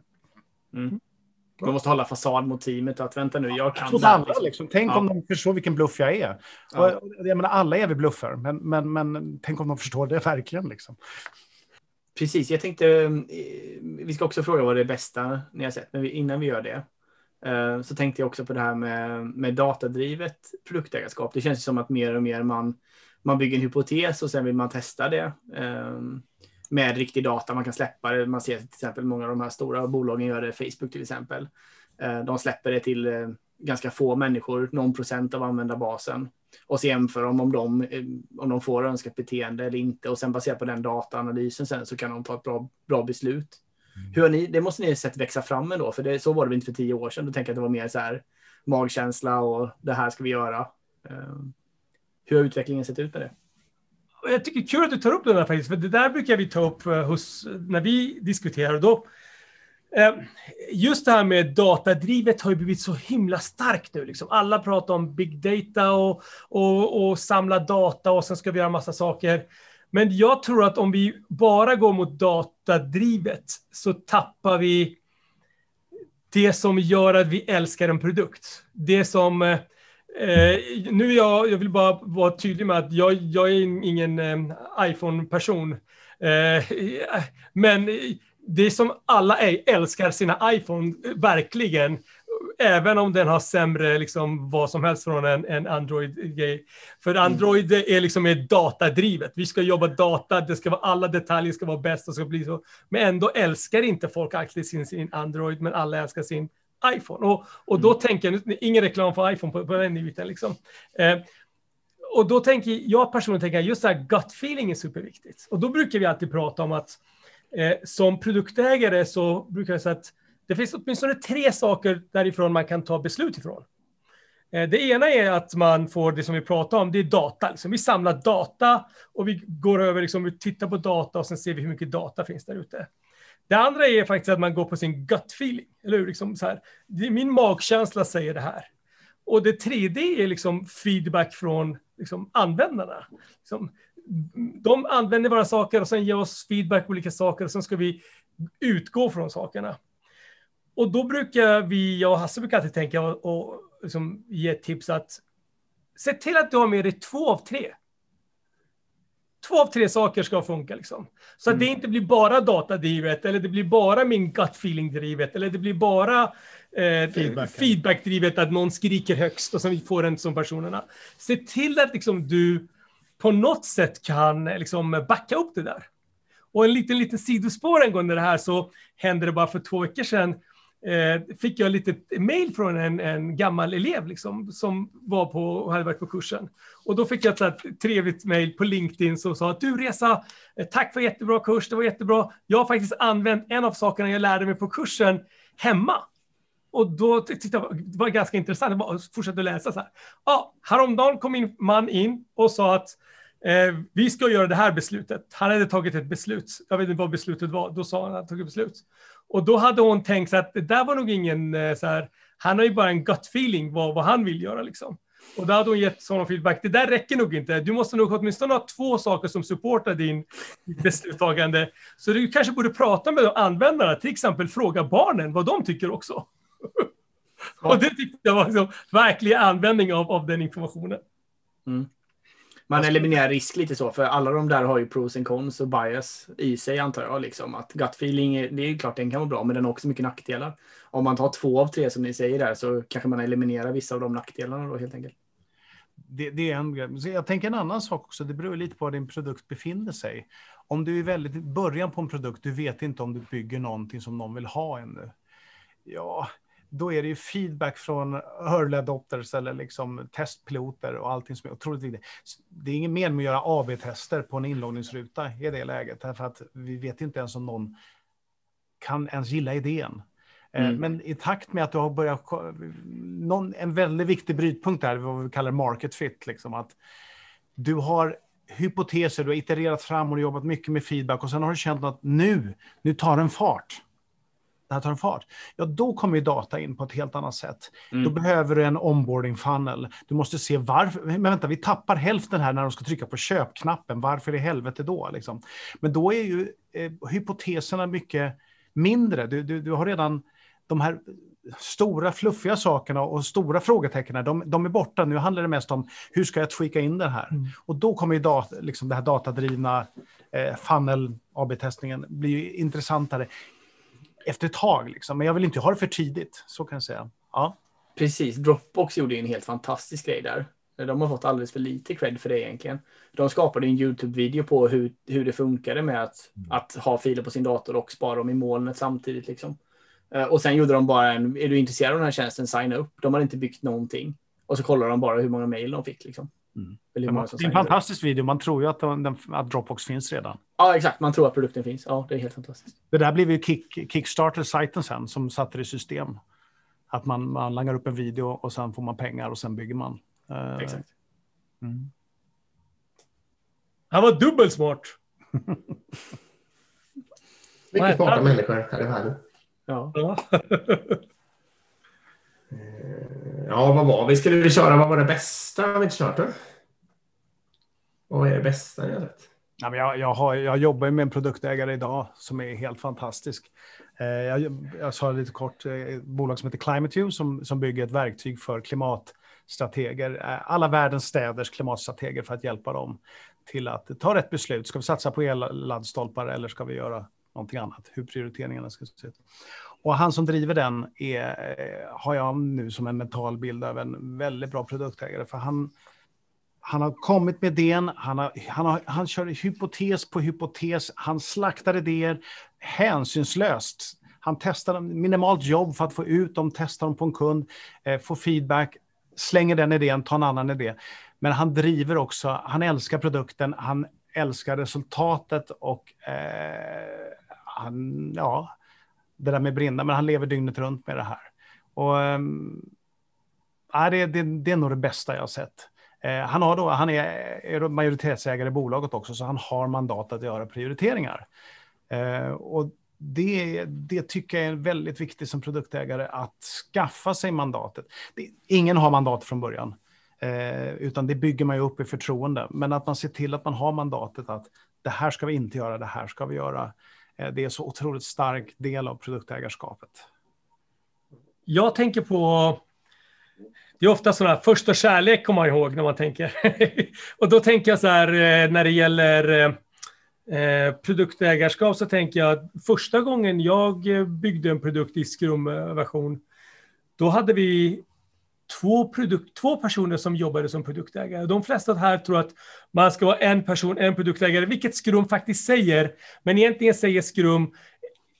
S1: Man måste hålla fasad mot teamet och att vänta nu, jag kan
S4: det. Alla, liksom. Tänk om de förstår vilken bluff jag är. Och, jag menar, alla är vi bluffar, men tänk om de förstår det verkligen. Liksom.
S1: Precis, jag tänkte, vi ska också fråga vad det är bästa ni har sett, men innan vi gör det så tänkte jag också på det här med datadrivet produktägarskap. Det känns som att mer och mer man bygger en hypotes och sen vill man testa det med riktig data. Man kan släppa det. Man ser till exempel många av de här stora bolagen gör det, Facebook till exempel. De släpper det till ganska få människor, någon procent av användarbasen. Och så jämför om de får önskat beteende eller inte. Och sen baserat på den dataanalysen sen så kan de ta ett bra beslut. Hur har ni, det måste ni ha sett växa fram ändå, för så var det inte för 10 år sedan. Då tänker jag att det var mer så här magkänsla och det här ska vi göra. Hur har utvecklingen sett ut med det?
S5: Jag tycker det är kul att du tar upp det där faktiskt, för det där brukar vi ta upp när vi diskuterar. Då, just det här med datadrivet har ju blivit så himla starkt nu. Liksom. Alla pratar om big data och samla data och sen ska vi göra massa saker. Men jag tror att om vi bara går mot datadrivet så tappar vi det som gör att vi älskar en produkt. Det som... nu jag vill bara vara tydlig med att jag är ingen iPhone-person. Men det som alla älskar sina iPhone, verkligen. Även om den har sämre liksom, vad som helst från en Android-grej. För Android är liksom datadrivet. Vi ska jobba data, det ska vara, alla detaljer ska vara bäst och ska bli så. Men ändå älskar inte folk alltid sin Android, men alla älskar sin iPhone. Och då tänker jag, ingen reklam för iPhone på den nivån liksom. Och då tänker jag personligen just det här gut feeling är superviktigt. Och då brukar vi alltid prata om att som produktägare så brukar jag säga att det finns åtminstone 3 saker därifrån man kan ta beslut ifrån. Det ena är att man får det som vi pratar om, det är data. Liksom. Vi samlar data och vi går över, liksom, vi tittar på data och sen ser vi hur mycket data finns där ute. Det andra är faktiskt att man går på sin gut feeling. Eller hur? Liksom så här, min magkänsla säger det här. Och det tredje är liksom feedback från liksom användarna. Liksom, de använder våra saker och sen ger oss feedback på olika saker och sen ska vi utgå från sakerna. Och då brukar jag och Hasse brukar alltid tänka och liksom ge ett tips att se till att du har med dig 2 av 3. 2 av 3 saker ska funka liksom. Så att det inte blir bara datadrivet eller det blir bara min gut feeling drivet eller det blir bara feedback drivet att någon skriker högst och sen vi får en som personerna. Se till att liksom du på något sätt kan liksom backa upp det där. Och en liten sidospår en gång när det här så hände det bara för 2 veckor sedan. fick jag lite mail från en gammal elev liksom, som var på och hade varit på kursen. Och då fick jag ett trevligt mail på LinkedIn som sa att du Reza, tack för jättebra kurs, det var jättebra. Jag har faktiskt använt en av sakerna jag lärde mig på kursen hemma. Och då tyckte jag det var ganska intressant. Jag bara fortsatte läsa så här. Ja, häromdagen kom min man in och sa att vi ska göra det här beslutet. Han hade tagit ett beslut. Jag vet inte vad beslutet var. Då sa han att han tagit beslut. Och då hade hon tänkt att det där var nog ingen så här. Han har ju bara en gut feeling vad han vill göra liksom. Och då hade hon gett sån feedback. Det där räcker nog inte. Du måste nog åtminstone ha 2 saker som supportar din beslutstagande. Så du kanske borde prata med användarna. Till exempel fråga barnen vad de tycker också. Ja. Och det tyckte jag var liksom verklig användning av den informationen.
S1: Mm. Man eliminerar risk lite så, för alla de där har ju pros and cons och bias i sig antar jag. Liksom. Att gut feeling, det är ju klart den kan vara bra, men den har också mycket nackdelar. Om man tar 2 av 3 som ni säger där så kanske man eliminerar vissa av de nackdelarna då helt enkelt.
S4: Det är en grej. Så jag tänker en annan sak också, det beror lite på var din produkt befinner sig. Om du är väldigt i början på en produkt, du vet inte om du bygger någonting som någon vill ha ännu. Ja, då är det ju feedback från early adopters eller liksom testpiloter och allting som är otroligt viktigt. Det är ingen mer med att göra AB-tester på en inloggningsruta i det läget. Därför att vi vet inte ens om någon kan ens gilla idén. Men i takt med att du har börjat en väldigt viktig brytpunkt där, vad vi kallar market fit, liksom att du har hypoteser, du har itererat fram och jobbat mycket med feedback och sen har du känt att nu tar den fart. Det här tar en fart. Ja, då kommer ju data in på ett helt annat sätt. Då behöver du en onboarding funnel. Du måste se varför. Men vänta, vi tappar hälften här när de ska trycka på köpknappen. Varför i helvete då? Liksom? Men då är ju hypoteserna mycket mindre. Du har redan de här stora fluffiga sakerna och stora frågetecknen. De är borta. Nu handlar det mest om hur ska jag tweaka in det här? Och då kommer ju liksom det här datadrivna funnel AB-testningen bli ju intressantare efter ett tag liksom. Men jag vill inte ha det för tidigt, så kan jag säga. Ja.
S1: Precis, Dropbox gjorde en helt fantastisk grej där. De har fått alldeles för lite cred för det egentligen. De skapade en YouTube-video på hur det funkade med att ha filer på sin dator och spara dem i molnet samtidigt liksom. Och sen gjorde de bara är du intresserad av den här tjänsten, signa upp. De hade inte byggt någonting. Och så kollar de bara hur många mejl de fick liksom.
S4: Det är en fantastisk video. Man tror ju att Dropbox finns redan.
S1: Ja, exakt. Man tror att produkten finns. Ja, det är helt fantastiskt.
S4: Det där blev ju Kickstarter-sajten sen som satte det i system. Att man langar upp en video och sen får man pengar och sen bygger man.
S1: Exakt.
S5: Han var dubbelsmart.
S2: Mycket smarta människor här i världen.
S1: Ja.
S2: Ja, vad var vi? Skulle vi köra? Vad var det bästa vi inte kört då? Vad är det bästa ni har sett?
S4: Ja, men jag jobbar med en produktägare idag som är helt fantastisk. Jag sa lite kort, ett bolag som heter Climate som bygger ett verktyg för klimatstrateger. Alla världens städers klimatstrateger för att hjälpa dem till att ta rätt beslut. Ska vi satsa på elladdstolpar eller ska vi göra någonting annat? Hur prioriteringarna ska se ut. Och han som driver den har jag nu som en mental bild av en väldigt bra produktägare. För han har kommit med idén, han kör hypotes på hypotes, han slaktar idéer hänsynslöst. Han testar minimalt jobb för att få ut dem, testar dem på en kund, får feedback, slänger den idén, tar en annan idé. Men han driver också, han älskar produkten, han älskar resultatet och det där med brinna, men han lever dygnet runt med det här. Och det är nog det bästa jag har sett. Han är majoritetsägare i bolaget också, så han har mandat att göra prioriteringar. Och det tycker jag är väldigt viktigt som produktägare, att skaffa sig mandatet. Ingen har mandat från början, utan det bygger man ju upp i förtroende. Men att man ser till att man har mandatet att det här ska vi inte göra, det här ska vi göra. Det är så otroligt stark del av produktägarskapet.
S5: Jag tänker på, det är ofta sådana här första kärlek kommer man ihåg när man tänker. Och då tänker jag så här, när det gäller produktägarskap så tänker jag att första gången jag byggde en produkt i Scrum-version, då hade vi två personer som jobbade som produktägare. De flesta här tror att man ska vara en person, en produktägare, vilket Scrum faktiskt säger. Men egentligen säger Scrum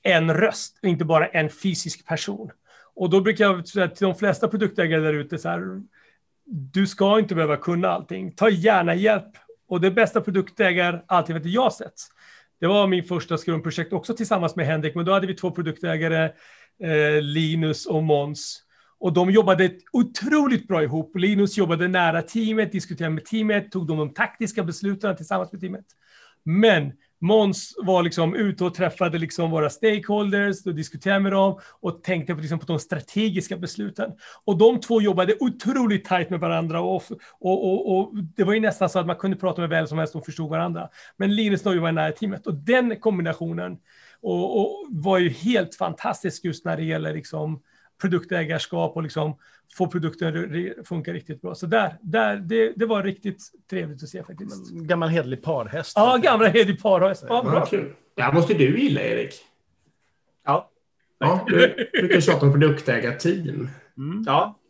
S5: en röst och inte bara en fysisk person. Och då brukar jag säga till de flesta produktägare där ute så här, du ska inte behöva kunna allting. Ta gärna hjälp. Och det bästa produktägaralternativet jag sett, det var min första Scrum-projekt också tillsammans med Henrik, men då hade vi 2 produktägare, Linus och Måns. Och de jobbade otroligt bra ihop. Linus jobbade nära teamet, diskuterade med teamet, tog de taktiska besluten tillsammans med teamet. Men Måns var liksom ute och träffade liksom våra stakeholders och diskuterade med dem och tänkte på, liksom, på de strategiska besluten. Och de 2 jobbade otroligt tajt med varandra och det var ju nästan så att man kunde prata med vem som helst och förstod varandra. Men Linus då var nära teamet och den kombinationen och var ju helt fantastisk just när det gäller liksom produktägarskap och liksom få produkten funka riktigt bra. Så det var riktigt trevligt att se faktiskt.
S4: Gammal hederlig parhäst.
S5: Ja, gamla hederlig parhäst. Ja, bra.
S2: Kul. Ja, måste du gilla, Erik?
S1: Ja.
S2: Ja, du brukar tjata om produktägarteam.
S1: Ja.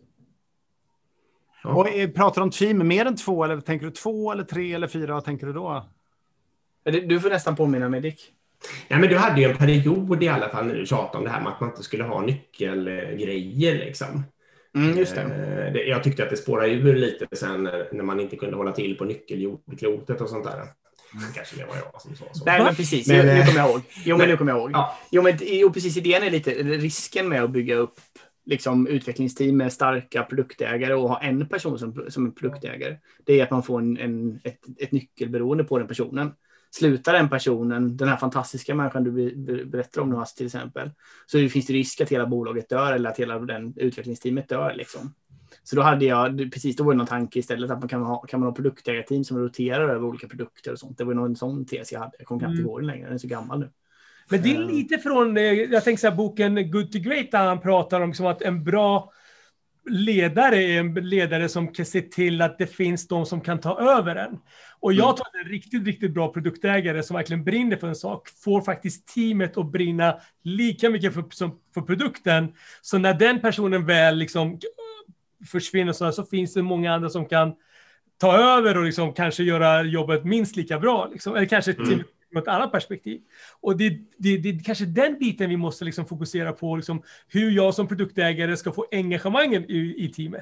S4: Och pratar om team mer än 2, eller tänker du 2 eller 3 eller 4? Vad tänker du då?
S1: Du får nästan påminna mig, Dick.
S2: Ja, men du hade ju en period i alla fall när du tjatade om det här med att man inte skulle ha nyckelgrejer liksom.
S1: Just det.
S2: Jag tyckte att det spårade ur lite sen när man inte kunde hålla till på nyckeljordklotet och sånt där. Kanske det var jag som sa så.
S1: Nej, men precis.
S2: Men,
S1: nu kommer jag ihåg. Nu kommer jag ihåg.
S2: Ja.
S1: Jo, precis. Idén är lite risken med att bygga upp liksom, utvecklingsteam med starka produktägare och ha en person som en produktägare. Det är att man får ett nyckelberoende på den personen. Slutar den personen, den här fantastiska människan du berättar om nu, till exempel, så finns det risk att hela bolaget dör eller att hela den utvecklingsteamet dör. Liksom. Så då hade jag, precis då var det någon tanke istället att man kan ha produktägarteam som roterar över olika produkter och sånt. Det var någon sån tes jag hade. Jag kommer knappt ihåg den längre, den är så gammal nu.
S5: Men det är lite från, jag tänker så här, boken Good to Great där han pratar om liksom att en bra ledare är en ledare som kan se till att det finns de som kan ta över en. Och jag tror att en riktigt, riktigt bra produktägare som verkligen brinner för en sak får faktiskt teamet att brinna lika mycket för produkten. Så när den personen väl liksom försvinner så finns det många andra som kan ta över och liksom kanske göra jobbet minst lika bra. Liksom. Eller kanske till ett annat perspektiv. Och det är kanske den biten vi måste liksom fokusera på. Liksom, hur jag som produktägare ska få engagemangen i teamet.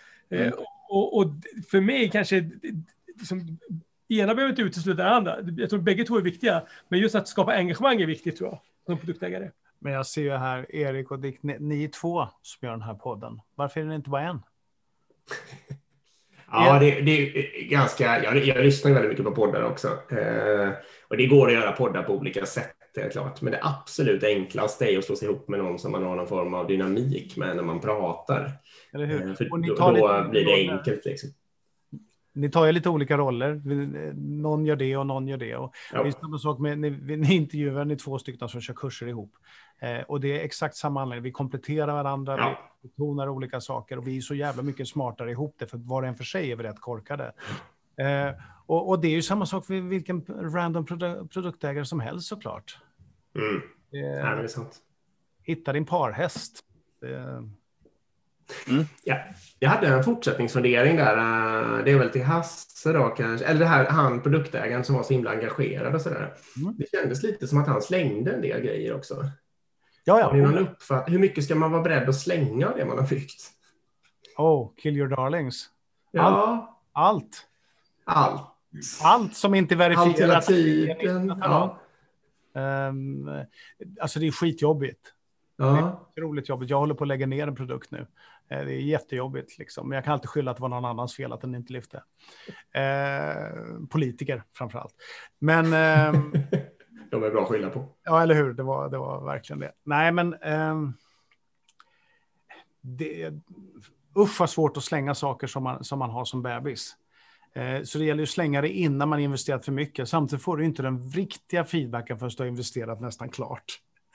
S5: Och för mig kanske... Liksom, ena behöver inte utesluta den andra. Jag tror bägge 2 är viktiga. Men just att skapa engagemang är viktigt, tror jag, som produktägare.
S4: Men jag ser ju här, Erik och Dick, ni är 2 som gör den här podden. Varför är det inte bara en?
S2: Ja, det är ganska... Jag lyssnar väldigt mycket på poddar också. Och det går att göra poddar på olika sätt, det är klart. Men det absolut enklaste är att slå sig ihop med någon som man har någon form av dynamik med när man pratar.
S4: Eller hur?
S2: För
S4: Och ni
S2: då blir det enkelt liksom.
S4: Ni tar ju lite olika roller. Någon gör det och någon gör det. Och det är samma sak med ni intervjuar ni 2 stycken som kör kurser ihop. Och det är exakt samma anledning. Vi kompletterar varandra, vi betonar olika saker och vi är så jävla mycket smartare ihop det, för var och en för sig är vi rätt korkade. Och det är ju samma sak för vilken random produktägare som helst såklart.
S2: Det är sant.
S4: Hitta din parhäst.
S2: Ja, jag hade en fortsättningsfundering där. Det är väl till Hasse då kanske. Eller det här, han produktägaren som var så himla engagerad och sådär. Det kändes lite som att han slängde en del grejer också.
S4: Ja.
S2: Hur mycket ska man vara beredd att slänga av det man har byggt?
S4: Kill your darlings.
S2: Ja.
S4: Allt som inte verifierar.
S2: Allt hela tiden.
S4: Alltså det är skitjobbigt. Det är otroligt jobbigt. Jag håller på att lägga ner en produkt nu. Det är jättejobbigt liksom. Men jag kan alltid skylla att det var någon annans fel att den inte lyfte. Politiker framförallt. Men
S2: de är bra att skylla på.
S4: Ja, eller hur? Det var verkligen det. Nej, men usch vad svårt att slänga saker som man har som bebis. Så det gäller ju att slänga det innan man investerat för mycket. Samtidigt får du inte den riktiga feedbacken förrän du har investerat nästan klart.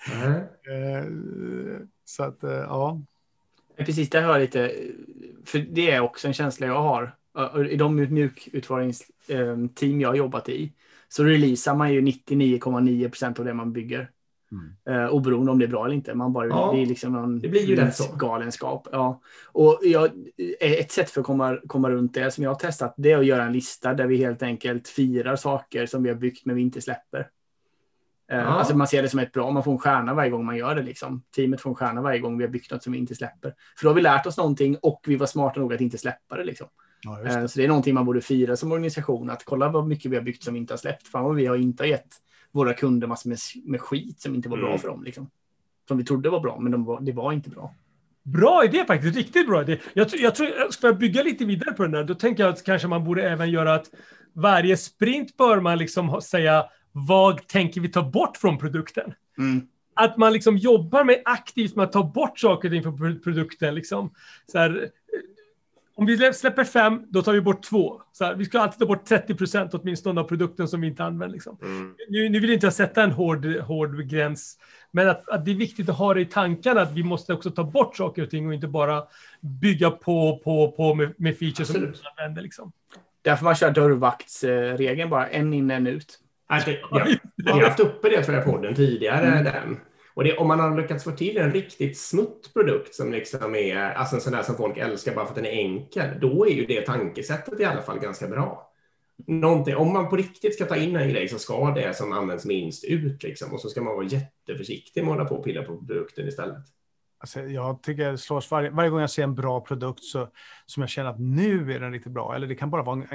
S4: Så att, ja.
S1: Precis, det hör lite, för det är också en känsla jag har. I de mjukutformningsteam jag har jobbat i så releasar man ju 99,9% av det man bygger. Oberoende om det är bra eller inte. Man bara, det är liksom någon
S2: det blir ju rätt så.
S1: Galenskap. Ja. Och ett sätt för att komma runt det som jag har testat, det är att göra en lista där vi helt enkelt firar saker som vi har byggt men vi inte släpper. Alltså man ser det som ett bra, man får en stjärna varje gång man gör det liksom. Teamet får en stjärna varje gång vi har byggt något som vi inte släpper. För då har vi lärt oss någonting och vi var smarta nog att inte släppa det liksom. Ja, så det är någonting man borde fira som organisation, att kolla vad mycket vi har byggt som vi inte har släppt. Fan vad vi har inte gett våra kunder massor med skit som inte var bra för dem liksom. Som vi trodde var bra, men det var inte bra.
S5: Bra idé faktiskt, riktigt bra idé. Jag tror, ska jag bygga lite vidare på den där, då tänker jag att kanske man borde även göra att varje sprint bör man liksom säga, vad tänker vi ta bort från produkten? Att man liksom jobbar med aktivt med att ta bort saker inför produkten. Liksom. Så här, om vi släpper 5, då tar vi bort 2. Så här, vi ska alltid ta bort 30% åtminstone av produkten som vi inte använder. Liksom. Nu vill inte jag sätta en hård gräns, men att det är viktigt att ha det i tankarna att vi måste också ta bort saker och ting och inte bara bygga på med features som vi inte använder. Liksom.
S1: Därför man kör dörrvaktsregeln bara, en in, en ut.
S2: Jag har haft uppe det för den här podden tidigare. Den. Och om man har lyckats få till en riktigt smutt produkt som liksom är alltså en sån där som folk älskar bara för att den är enkel, då är ju det tankesättet i alla fall ganska bra. Om man på riktigt ska ta in en grej så ska det som används minst ut liksom, och så ska man vara jätteförsiktig med att hålla på och pilla på produkten istället.
S4: Alltså, jag tycker det slås varje gång jag ser en bra produkt som jag känner att nu är den riktigt bra, eller det kan bara vara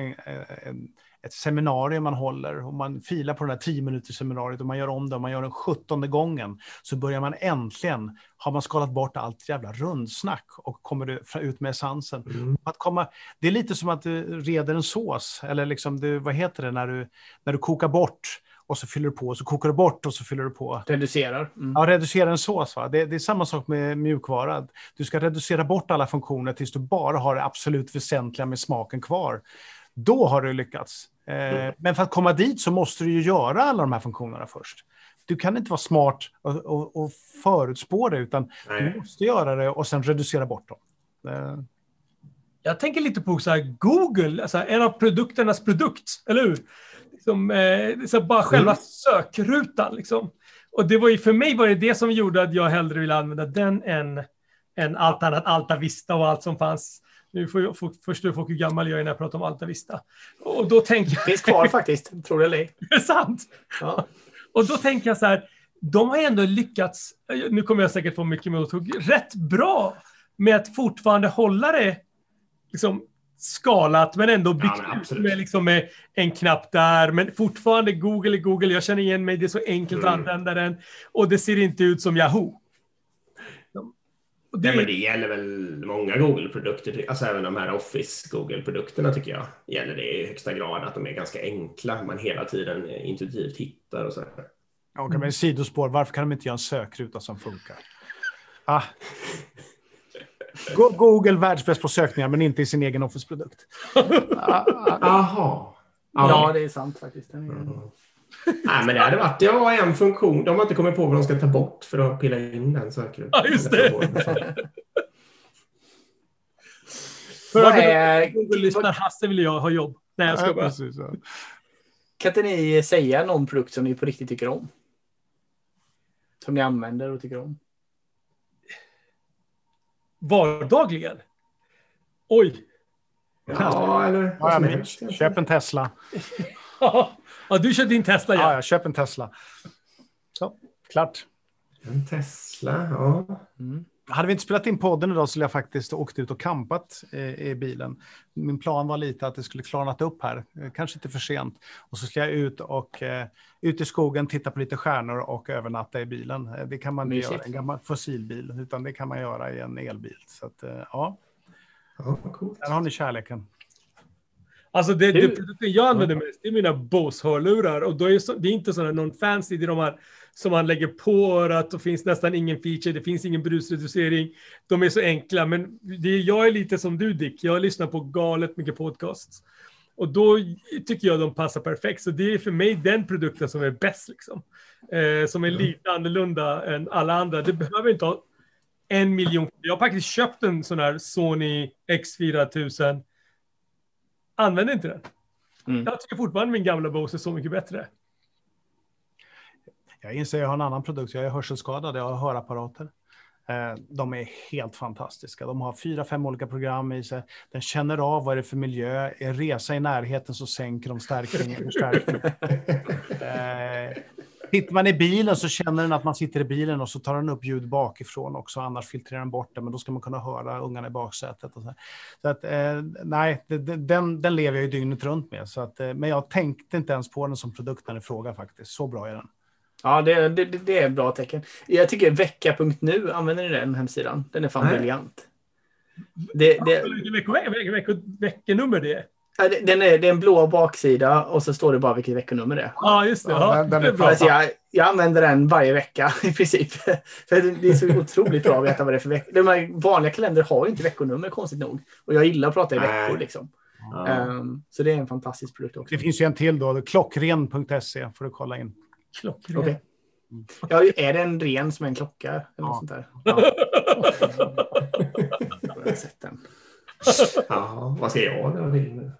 S4: ett seminarium man håller och man filar på den här 10-minuters seminariet och man gör om det och man gör den 17:e gången, så börjar man äntligen, har man skalat bort allt jävla rundsnack och kommer ut med essensen. Det är lite som att du reder en sås, eller liksom vad heter det när du kokar bort och så fyller du på, och så kokar du bort och så fyller du på.
S1: Reducerar.
S4: Ja, reducera en sås. Va? Det är samma sak med mjukvara. Du ska reducera bort alla funktioner tills du bara har det absolut väsentliga med smaken kvar. Då har du lyckats. Men för att komma dit så måste du ju göra alla de här funktionerna först. Du kan inte vara smart och förutspå det, utan du måste göra det och sen reducera bort dem.
S5: Jag tänker lite på så här, Google, alltså en av produkternas produkt, eller hur? Så bara själva sökrutan liksom. Och det var ju, för mig var det som gjorde att jag hellre ville använda den än allt annat, Alta Vista och allt som fanns. Nu förstår folk hur gammal jag är när jag pratar om Alta Vista. Och då tänker jag...
S1: Det finns kvar faktiskt, tror det eller ej.
S5: Det är sant. Ja. Och då tänker jag så här, de har ändå lyckats, nu kommer jag säkert få mycket mothugg, rätt bra med att fortfarande hålla det liksom skalat, men ändå byggt med en knapp där, men fortfarande Google är Google, jag känner igen mig, det är så enkelt att använda den och det ser inte ut som Yahoo.
S2: Men det gäller väl många Google-produkter, alltså även de här Office Google-produkterna tycker jag gäller det i högsta grad, att de är ganska enkla, man hela tiden intuitivt hittar och så.
S4: Okej, men sidospår, varför kan de inte göra en sökruta som funkar? Google världsbäst på sökningar, men inte i sin egen Office-produkt.
S2: Jaha.
S1: Ja, det är sant faktiskt.
S2: Nej, men det hade varit en funktion. De har inte kommit på vad de ska ta bort för att pilla in den sökrutan.
S5: Ja, just det. Google-lyssnar Hasse vill jag ha jobb. Nej, jag ska bara.
S4: Precis, ja.
S1: Kan inte ni säga någon produkt som ni på riktigt tycker om? Som ni använder och tycker om?
S5: Vardagligen? Oj.
S2: Ja, eller vad som helst.
S4: Köp en Tesla.
S5: Ja, du kör din Tesla,
S4: ja. Ja, köp en Tesla. Så, klart.
S2: En Tesla, ja.
S4: Hade vi inte spelat in podden idag så skulle jag faktiskt åkt ut och campat i bilen. Min plan var lite att det skulle klarnat upp här. Kanske inte för sent. Och så skulle jag ut i skogen, titta på lite stjärnor och övernatta i bilen. Det kan man inte göra i en gammal fossilbil, utan det kan man göra i en elbil. Så att, ja.
S2: Coolt.
S4: Där har ni kärleken.
S5: Alltså det produkten jag använder mest, det är mina Bose-hörlurar. Och då är det är inte sådana någon fancy, det är de här som man lägger på örat och finns nästan ingen feature, det finns ingen brusreducering. De är så enkla, men jag är lite som du, Dick. Jag lyssnar på galet mycket podcasts. Och då tycker jag de passar perfekt. Så det är för mig den produkten som är bäst liksom. Som är lite annorlunda än alla andra. Det behöver inte ha 1 miljon. Jag har faktiskt köpt en sån här Sony X4000. Använder inte den. Jag tycker fortfarande min gamla Bose är så mycket bättre.
S4: Jag inser att jag har en annan produkt. Jag är hörselskadad, jag har hörapparater. De är helt fantastiska. De har 4-5 olika program i sig. Den känner av vad det är för miljö. Är resa i närheten så sänker de förstärkning. Sitter man i bilen så känner den att man sitter i bilen och så tar den upp ljud bakifrån också, annars filtrerar den bort det, men då ska man kunna höra ungarna i baksätet. Och så att, nej, den lever jag ju dygnet runt med. Så att, men jag tänkte inte ens på den som produkten i fråga faktiskt. Så bra är den.
S1: Ja, det är ett bra tecken. Jag tycker vecka.nu, använder ni den hemsidan? Den är fan briljant.
S5: Veckonummer det är.
S1: Det är en blå baksida och så står det bara vilket veckonummer det är.
S5: Ja, just det. Ja,
S4: den är bra.
S1: Alltså jag använder den varje vecka i princip. För det är så otroligt bra att veta vad det är för vecka. De här vanliga kalender har ju inte veckonummer, konstigt nog. Och jag gillar att prata i veckor liksom. Så det är en fantastisk produkt också.
S4: Det finns ju en till då, klockren.se får du kolla in.
S5: Klockren.
S1: Okay. Ja, är det en ren som en klocka? Eller något sånt där? Ja. Jag har sett den.
S2: Ja, vad ska jag då?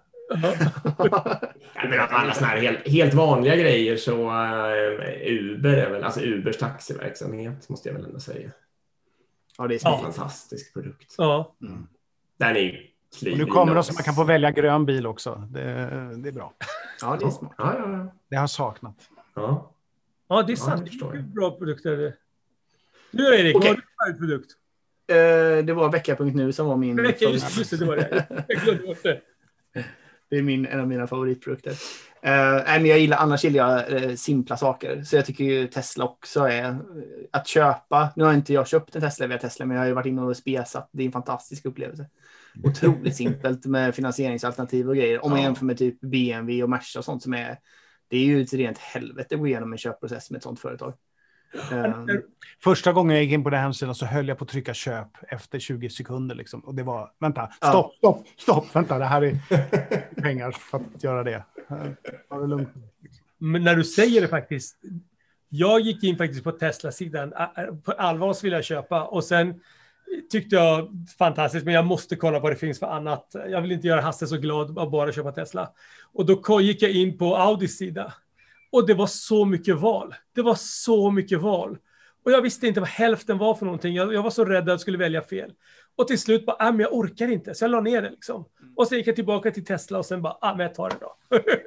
S2: Men alla såna här helt vanliga grejer så Uber är väl, alltså Ubers taxiverksamhet måste jag väl ändå säga.
S1: Ja, det är en
S2: fantastisk produkt.
S5: Ja.
S2: Den är ju
S4: och nu kommer det så man kan få välja grön bil också. Det är bra.
S1: Ja, det är smart.
S2: Ja.
S4: Det har saknat.
S5: Ja, det är sant. Det är bra produkter. Du Erik, vad har du för produkt?
S1: Det var vecka.nu som var min
S5: just det var det. Jag glömde bort det.
S1: Det är en av mina favoritprodukter. Men annars gillar jag simpla saker. Så jag tycker ju Tesla också är att köpa. Nu har inte jag köpt en Tesla via Tesla, men jag har ju varit inne och spesat. Det är en fantastisk upplevelse. Otroligt simpelt med finansieringsalternativ och grejer. Om man jämför med typ BMW och Merca och sånt som är... Det är ju ett rent helvete att gå igenom en köpprocess med ett sånt företag.
S4: Första gången jag gick in på den här hemsidan så höll jag på att trycka köp efter 20 sekunder liksom. Och det var, vänta, stopp, vänta, det här är pengar för att göra det. Var det lugnt?
S5: Men när du säger det faktiskt, jag gick in faktiskt på Tesla-sidan, på allvar så ville jag köpa och sen tyckte jag fantastiskt, men jag måste kolla vad det finns för annat. Jag vill inte göra Hasse så glad att bara köpa Tesla. Och då gick jag in på Audis sida. Och det var så mycket val. Och jag visste inte vad hälften var för någonting. Jag var så rädd att jag skulle välja fel. Och till slut bara, men jag orkar inte. Så jag la ner det liksom. Och så gick jag tillbaka till Tesla och sen bara, men jag tar det då.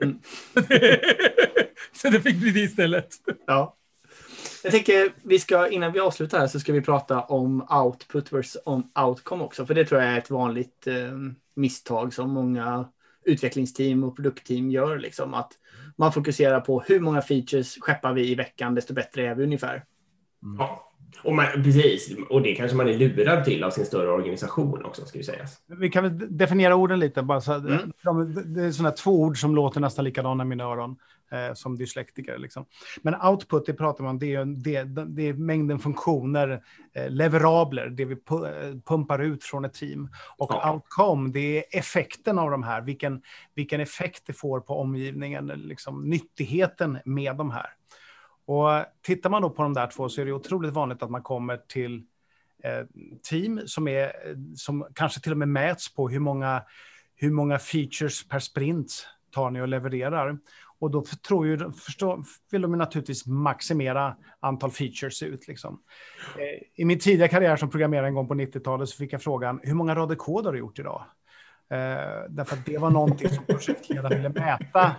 S5: Så det fick bli det istället.
S1: Ja. Jag tänker, innan vi avslutar här så ska vi prata om output versus outcome också. För det tror jag är ett vanligt misstag som många utvecklingsteam och produktteam gör. Liksom, att man fokuserar på hur många features skeppar vi i veckan, desto bättre är vi ungefär.
S2: Ja, precis. Och det kanske man är lurad till av sin större organisation också, ska ju sägas.
S4: Vi kan väl definiera orden lite. Bara så det är sådana 2 ord som låter nästan likadana i mina öron som dyslektiker. Liksom. Men output, det pratar man om, det är mängden funktioner, leverabler, det vi pumpar ut från ett team. Och outcome, det är effekten av de här. Vilken effekt det får på omgivningen, liksom nyttigheten med de här. Och tittar man då på de där 2 så är det otroligt vanligt att man kommer till team som kanske till och med mäts på hur många features per sprint tar ni och levererar. Och då vill de naturligtvis maximera antal features ut. Liksom. I min tidiga karriär som programmerare en gång på 90-talet så fick jag frågan, hur många rader kod har du gjort idag? Därför att det var någonting som projektledaren ville mäta.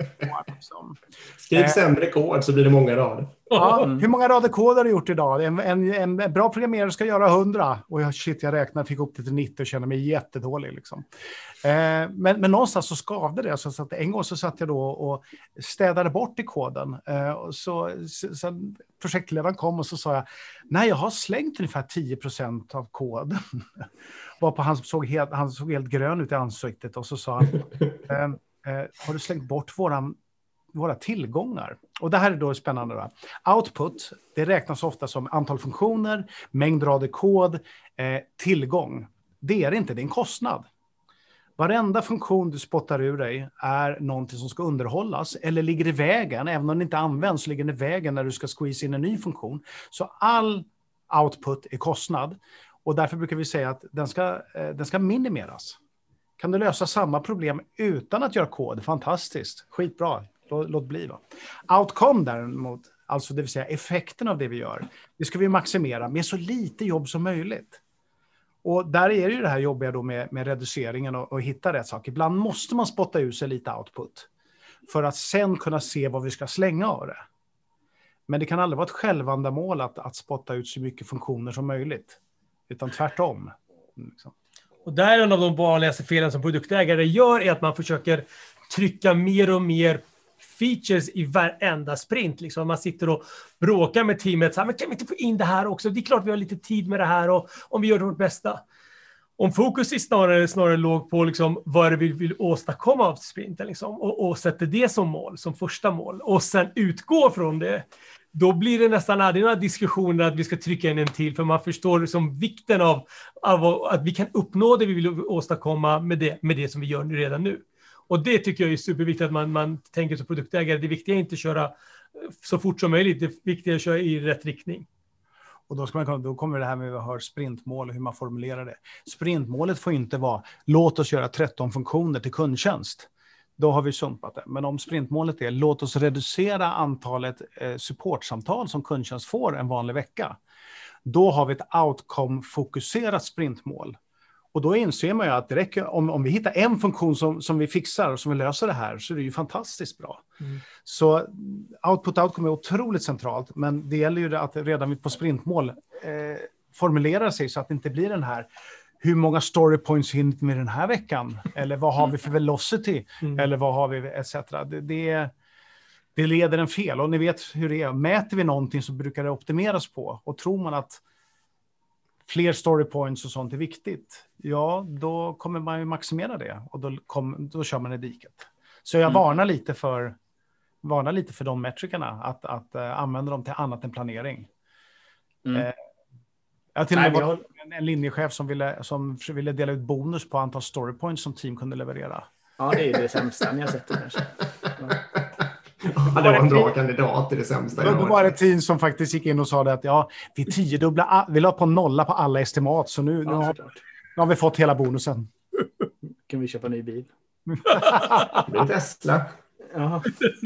S2: Skriv sämre kod så blir det många rader.
S4: Ja, hur många rader kod har du gjort idag? En bra programmerare ska göra 100. Och jag fick upp det till 90 och kände mig jättedålig. Liksom. Men någonstans så skavde det. Så att en gång så satt jag då och städade bort i koden. Och så projektledaren kom och så sa jag, nej, jag har slängt ungefär 10% av koden. Varpå han såg helt grön ut i ansiktet och så sa han, har du slängt bort våra tillgångar? Och det här är då spännande. Då. Output, det räknas ofta som antal funktioner, mängd rader kod, tillgång. Det är inte, det är en kostnad. Varenda funktion du spottar ur dig är någonting som ska underhållas eller ligger i vägen, även om det inte används så ligger det i vägen när du ska squeeze in en ny funktion. Så all output är kostnad. Och därför brukar vi säga att den ska minimeras. Kan du lösa samma problem utan att göra kod? Fantastiskt. Skitbra. Låt bli. Va? Outcome däremot, alltså det vill säga effekten av det vi gör, det ska vi maximera med så lite jobb som möjligt. Och där är ju det här jobbiga då med reduceringen och hitta rätt sak. Ibland måste man spotta ut sig lite output för att sen kunna se vad vi ska slänga av det. Men det kan aldrig vara ett självändamål att spotta ut så mycket funktioner som möjligt. Utan tvärtom. Liksom.
S5: Och där är en av de vanligaste felen som produktägare gör är att man försöker trycka mer och mer features i varenda sprint. Liksom. Man sitter och bråkar med teamet. Så här, men kan vi inte få in det här också? Det är klart vi har lite tid med det här och om vi gör det vårt bästa. Om fokus är snarare låg på liksom, vad det vi vill åstadkomma av sprinten liksom, och sätter det som mål, som första mål och sen utgår från det, då blir det nästan aldrig några diskussioner att vi ska trycka in en till, för man förstår liksom vikten av att vi kan uppnå det vi vill åstadkomma med det som vi gör redan nu. Och det tycker jag är superviktigt att man tänker som produktägare. Det viktiga är inte att köra så fort som möjligt, det viktiga är att köra i rätt riktning.
S4: Och då kommer det här med att höra sprintmål och hur man formulerar det. Sprintmålet får inte vara låt oss göra 13 funktioner till kundtjänst. Då har vi sumpat det. Men om sprintmålet är låt oss reducera antalet supportsamtal som kundtjänst får en vanlig vecka. Då har vi ett outcome-fokuserat sprintmål. Och då inser man ju att det räcker, om vi hittar en funktion som vi fixar och som vi löser det här, så är det ju fantastiskt bra. Mm. Så outcome är otroligt centralt, men det gäller ju att redan på sprintmål formulera sig så att det inte blir den här hur många story points hinner med den här veckan? Eller vad har vi för velocity? Eller vad har vi etc. Det leder en fel, och ni vet hur det är. Mäter vi någonting så brukar det optimeras på, och tror man att fler story points och sånt är viktigt, ja, då kommer man ju maximera det, och då kör man i diket. Så jag varnar lite för de metrikerna, att använda dem till annat än planering. Jag har till och med en linjechef som ville dela ut bonus på antal story points som team kunde leverera.
S1: Ja, det är det sämsta ni har sett det kanske.
S2: Ja, det var en bra kandidat i det sämsta.
S4: Då var det ett team som faktiskt gick in och sa att vi la på nolla på alla estimat, så nu har vi fått hela bonusen.
S1: Kan vi köpa en ny bil?
S2: Det är Tesla.
S1: Ja.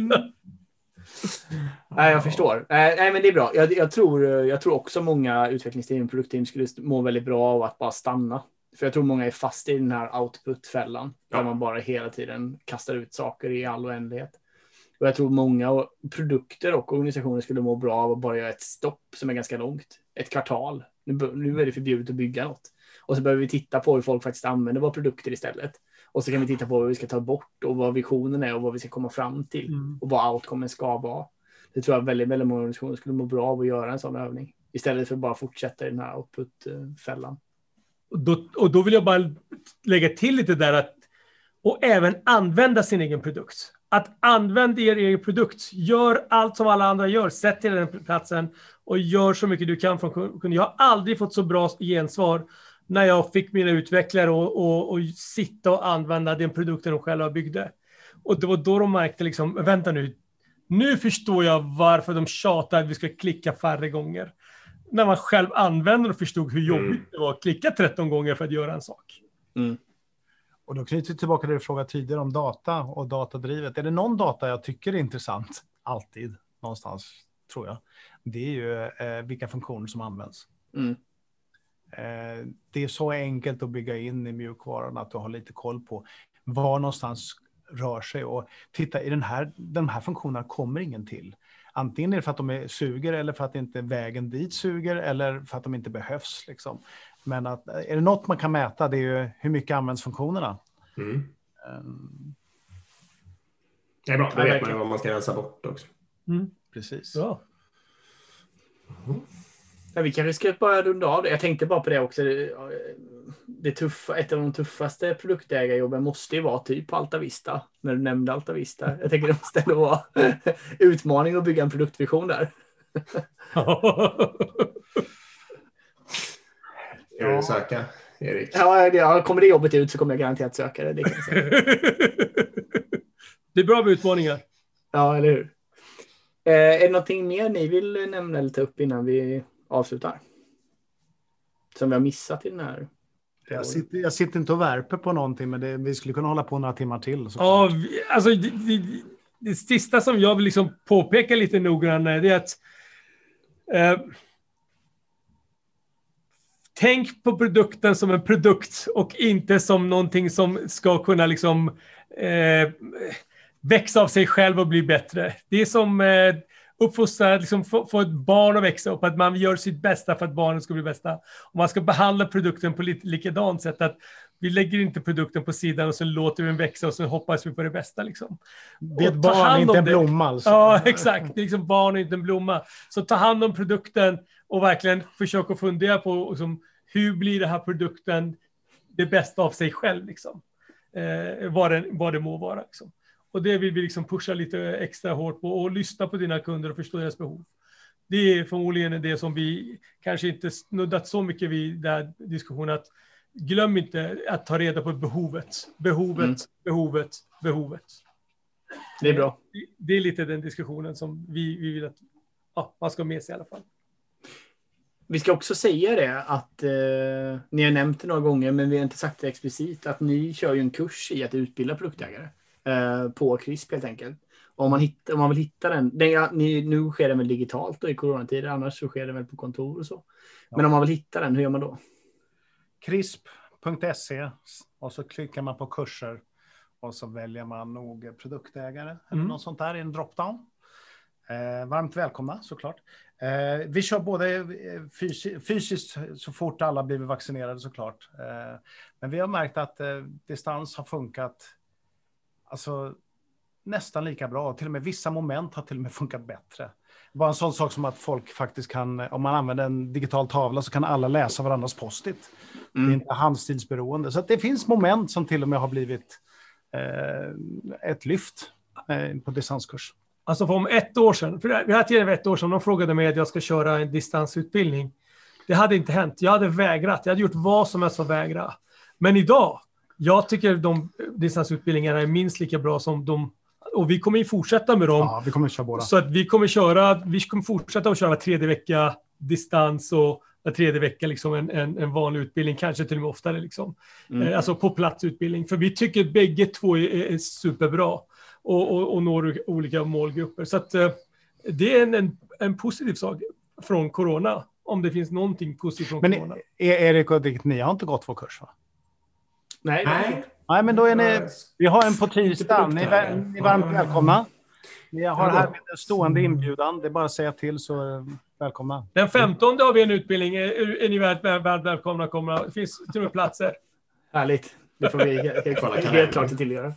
S1: Nej, jag förstår. Nej, men det är bra. Jag tror också många utvecklingsteam och produktteam skulle må väldigt bra av att bara stanna. För jag tror många är fast i den här output-fällan. Där man bara hela tiden kastar ut saker i all oändlighet. Och jag tror många produkter och organisationer skulle må bra av att bara göra ett stopp som är ganska långt. Ett kvartal. Nu är det förbjudet att bygga något. Och så behöver vi titta på hur folk faktiskt använder våra produkter istället. Och så kan vi titta på vad vi ska ta bort och vad visionen är och vad vi ska komma fram till. Och vad outcomen ska vara. Det tror jag väldigt, väldigt många organisationer skulle må bra av att göra en sån övning. Istället för att bara fortsätta i den här output-fällan.
S5: Och då vill jag bara lägga till lite där att, och även använda sin egen produkt. Att använda er egen produkt. Gör allt som alla andra gör. Sätt till den platsen och gör så mycket du kan från kunden. Jag har aldrig fått så bra gensvar när jag fick mina utvecklare och sitta och använda den produkten de själva byggde. Och det var då de märkte liksom, vänta nu förstår jag varför de tjatar att vi ska klicka färre gånger. När man själv använder och förstod hur jobbigt det var att klicka 13 gånger för att göra en sak.
S4: Och då knyter vi tillbaka till det du frågade tidigare om data och datadrivet. Är det någon data jag tycker är intressant? Alltid, någonstans, tror jag. Det är ju vilka funktioner som används. Det är så enkelt att bygga in i mjukvaran att du har lite koll på var någonstans rör sig. Och titta, i de här funktionerna kommer ingen till. Antingen är det för att de suger, eller för att inte vägen dit suger, eller för att de inte behövs. Liksom. Men är det något man kan mäta, det är ju hur mycket används funktionerna.
S2: Det är bra, då vet man ju vad man ska rensa bort också.
S4: Precis.
S5: Ja.
S1: Ja, vi kanske ska bara runda av det. Jag tänkte bara på det också. Ett av de tuffaste produktägarjobben måste ju vara typ på Alta Vista. När du nämnde Alta Vista. Jag tänker det måste ändå vara utmaning att bygga en produktvision där.
S2: Är du söka, Erik?
S1: Ja, kommer det jobbet ut så kommer jag garanterat söka det. Det kan jag säga.
S5: Det är bra med utmaningar.
S1: Ja, eller hur? Är det någonting mer ni vill nämna eller ta upp innan vi avslutar? Som vi har missat i den här.
S4: Jag sitter inte och värper på någonting, men vi skulle kunna hålla på några timmar till.
S5: Ja, alltså det sista som jag vill liksom påpeka lite noggrant är det att tänk på produkten som en produkt och inte som någonting som ska kunna liksom växa av sig själv och bli bättre. Det är som uppfostra, liksom få ett barn att växa upp, att man gör sitt bästa för att barnen ska bli bästa. Och man ska behandla produkten på lite likadant sätt, att vi lägger inte produkten på sidan och så låter vi den växa och så hoppas vi på det bästa. Liksom.
S4: Det är ett barn, inte en blomma. Alltså.
S5: Ja, exakt. Det är liksom barn och inte en blomma. Så ta hand om produkten och verkligen försöka fundera på liksom, hur blir det här produkten det bästa av sig själv. Liksom. Vad det må vara. Liksom. Och det vill vi liksom pusha lite extra hårt på och lyssna på dina kunder och förstå deras behov. Det är förmodligen det som vi kanske inte snuddat så mycket vid den här diskussionen, att glöm inte att ta reda på behovet. Behovet.
S1: Det är bra.
S5: Det är lite den diskussionen som vi vill att man ska med sig i alla fall.
S1: Vi ska också säga det att ni har nämnt det några gånger, men vi har inte sagt det explicit, att ni kör ju en kurs i att utbilda produktägare på CRISP helt enkelt. Och om man vill hitta den, nu sker den väl digitalt då i coronatider, annars så sker den väl på kontor och så. Men om man vill hitta den, hur gör man då?
S4: CRISP.se och så klickar man på kurser och så väljer man nog produktägare eller något sånt där i en dropdown. Varmt välkomna såklart. Vi kör både fysiskt så fort alla blir vaccinerade såklart. Men vi har märkt att distans har funkat alltså nästan lika bra. Till och med vissa moment har till och med funkat bättre. Bara en sån sak som att folk faktiskt kan, om man använder en digital tavla så kan alla läsa varandras post-it. Det är inte handstilsberoende. Så att det finns moment som till och med har blivit ett lyft på distanskurs.
S5: Alltså för om ett år sedan, för vi hade ett år sedan, de frågade mig att jag ska köra en distansutbildning. Det hade inte hänt. Jag hade vägrat. Jag hade gjort vad som helst för att vägra. Men idag, jag tycker de distansutbildningarna är minst lika bra som de. Och vi kommer ju fortsätta med dem.
S4: Ja, vi kommer köra båda.
S5: Så att vi kommer fortsätta att köra var tredje vecka distans och var tredje vecka liksom en vanlig utbildning, kanske till och med oftare liksom. Alltså på platsutbildning. För vi tycker att bägge två är superbra och når olika målgrupper. Så att det är en positiv sak från corona, om det finns någonting positivt från corona.
S4: Men Erik och Dick, ni har inte gått vår kurs va?
S1: Nej.
S4: Nej, men då är ni, vi har en på tisdag. Ni är varmt välkomna. Vi har här en stående inbjudan. Det är bara att säga till så välkomna.
S5: Den 15 har vi en utbildning. Är ni väl välkomna? Det finns till och med platser.
S1: Härligt. Det får vi helt klart till att göra.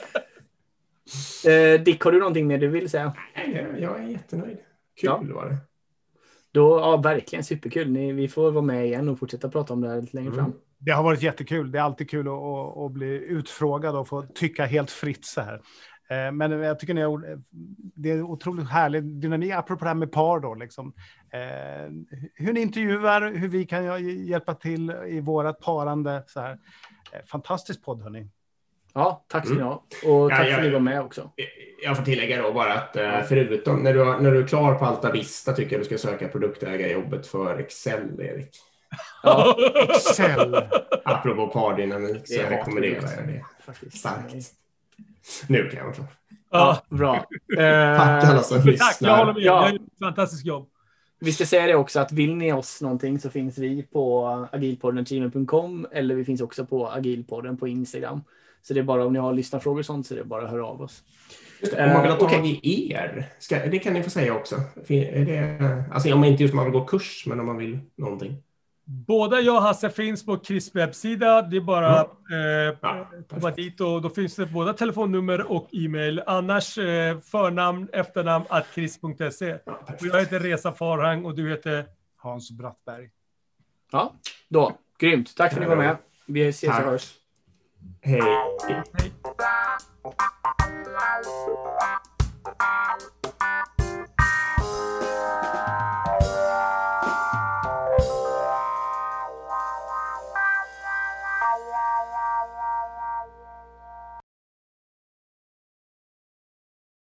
S1: Dick, har du någonting mer du vill säga?
S2: Nej, jag är jättenöjd. Kul var det.
S1: Då, verkligen superkul. Vi får vara med igen och fortsätta prata om det här lite längre fram.
S4: Det har varit jättekul. Det är alltid kul att bli utfrågad och få tycka helt fritt så här. Men jag tycker det är otroligt härlig dynamik, apropå det här med par då liksom. Hur ni intervjuar, hur vi kan hjälpa till i vårat parande så här. Fantastisk podd hörni.
S1: Ja, tack så mycket. Och tack för att ni var med också.
S2: Jag får tillägga då bara att förutom när du är klar på Alta Vista tycker jag du ska söka produktägarjobbet för Excel, Erik.
S1: Ja,
S4: Excel.
S2: Apropå pardynamik så jag rekommenderar det. Starkt. Nu kan jag vara klar.
S1: Ja, bra.
S2: Tack alla som lyssnar.
S5: Tack, jag håller med. Jag gör ett fantastiskt jobb.
S1: Vi ska säga det också att vill ni oss någonting så finns vi på agilpodden.gmail.com eller vi finns också på agilpodden på Instagram. Så det är bara om ni har lyssnarfrågor och sånt så det är bara att höra av oss.
S2: Om man vill ha tag i er, det kan ni få säga också. Alltså om man inte just man vill gå kurs, men om man vill någonting.
S5: Båda jag och Hasse finns på CRISP webbsida. Det är bara komma dit och då finns det båda telefonnummer och e-mail. Annars förnamn, efternamn @crisp.se. Och jag heter Reza Farhang och du heter
S4: Hans Brattberg.
S1: Ja, då. Grymt. Tack för att ni var med. Vi ses och hörs.
S2: Hej.
S5: Hej.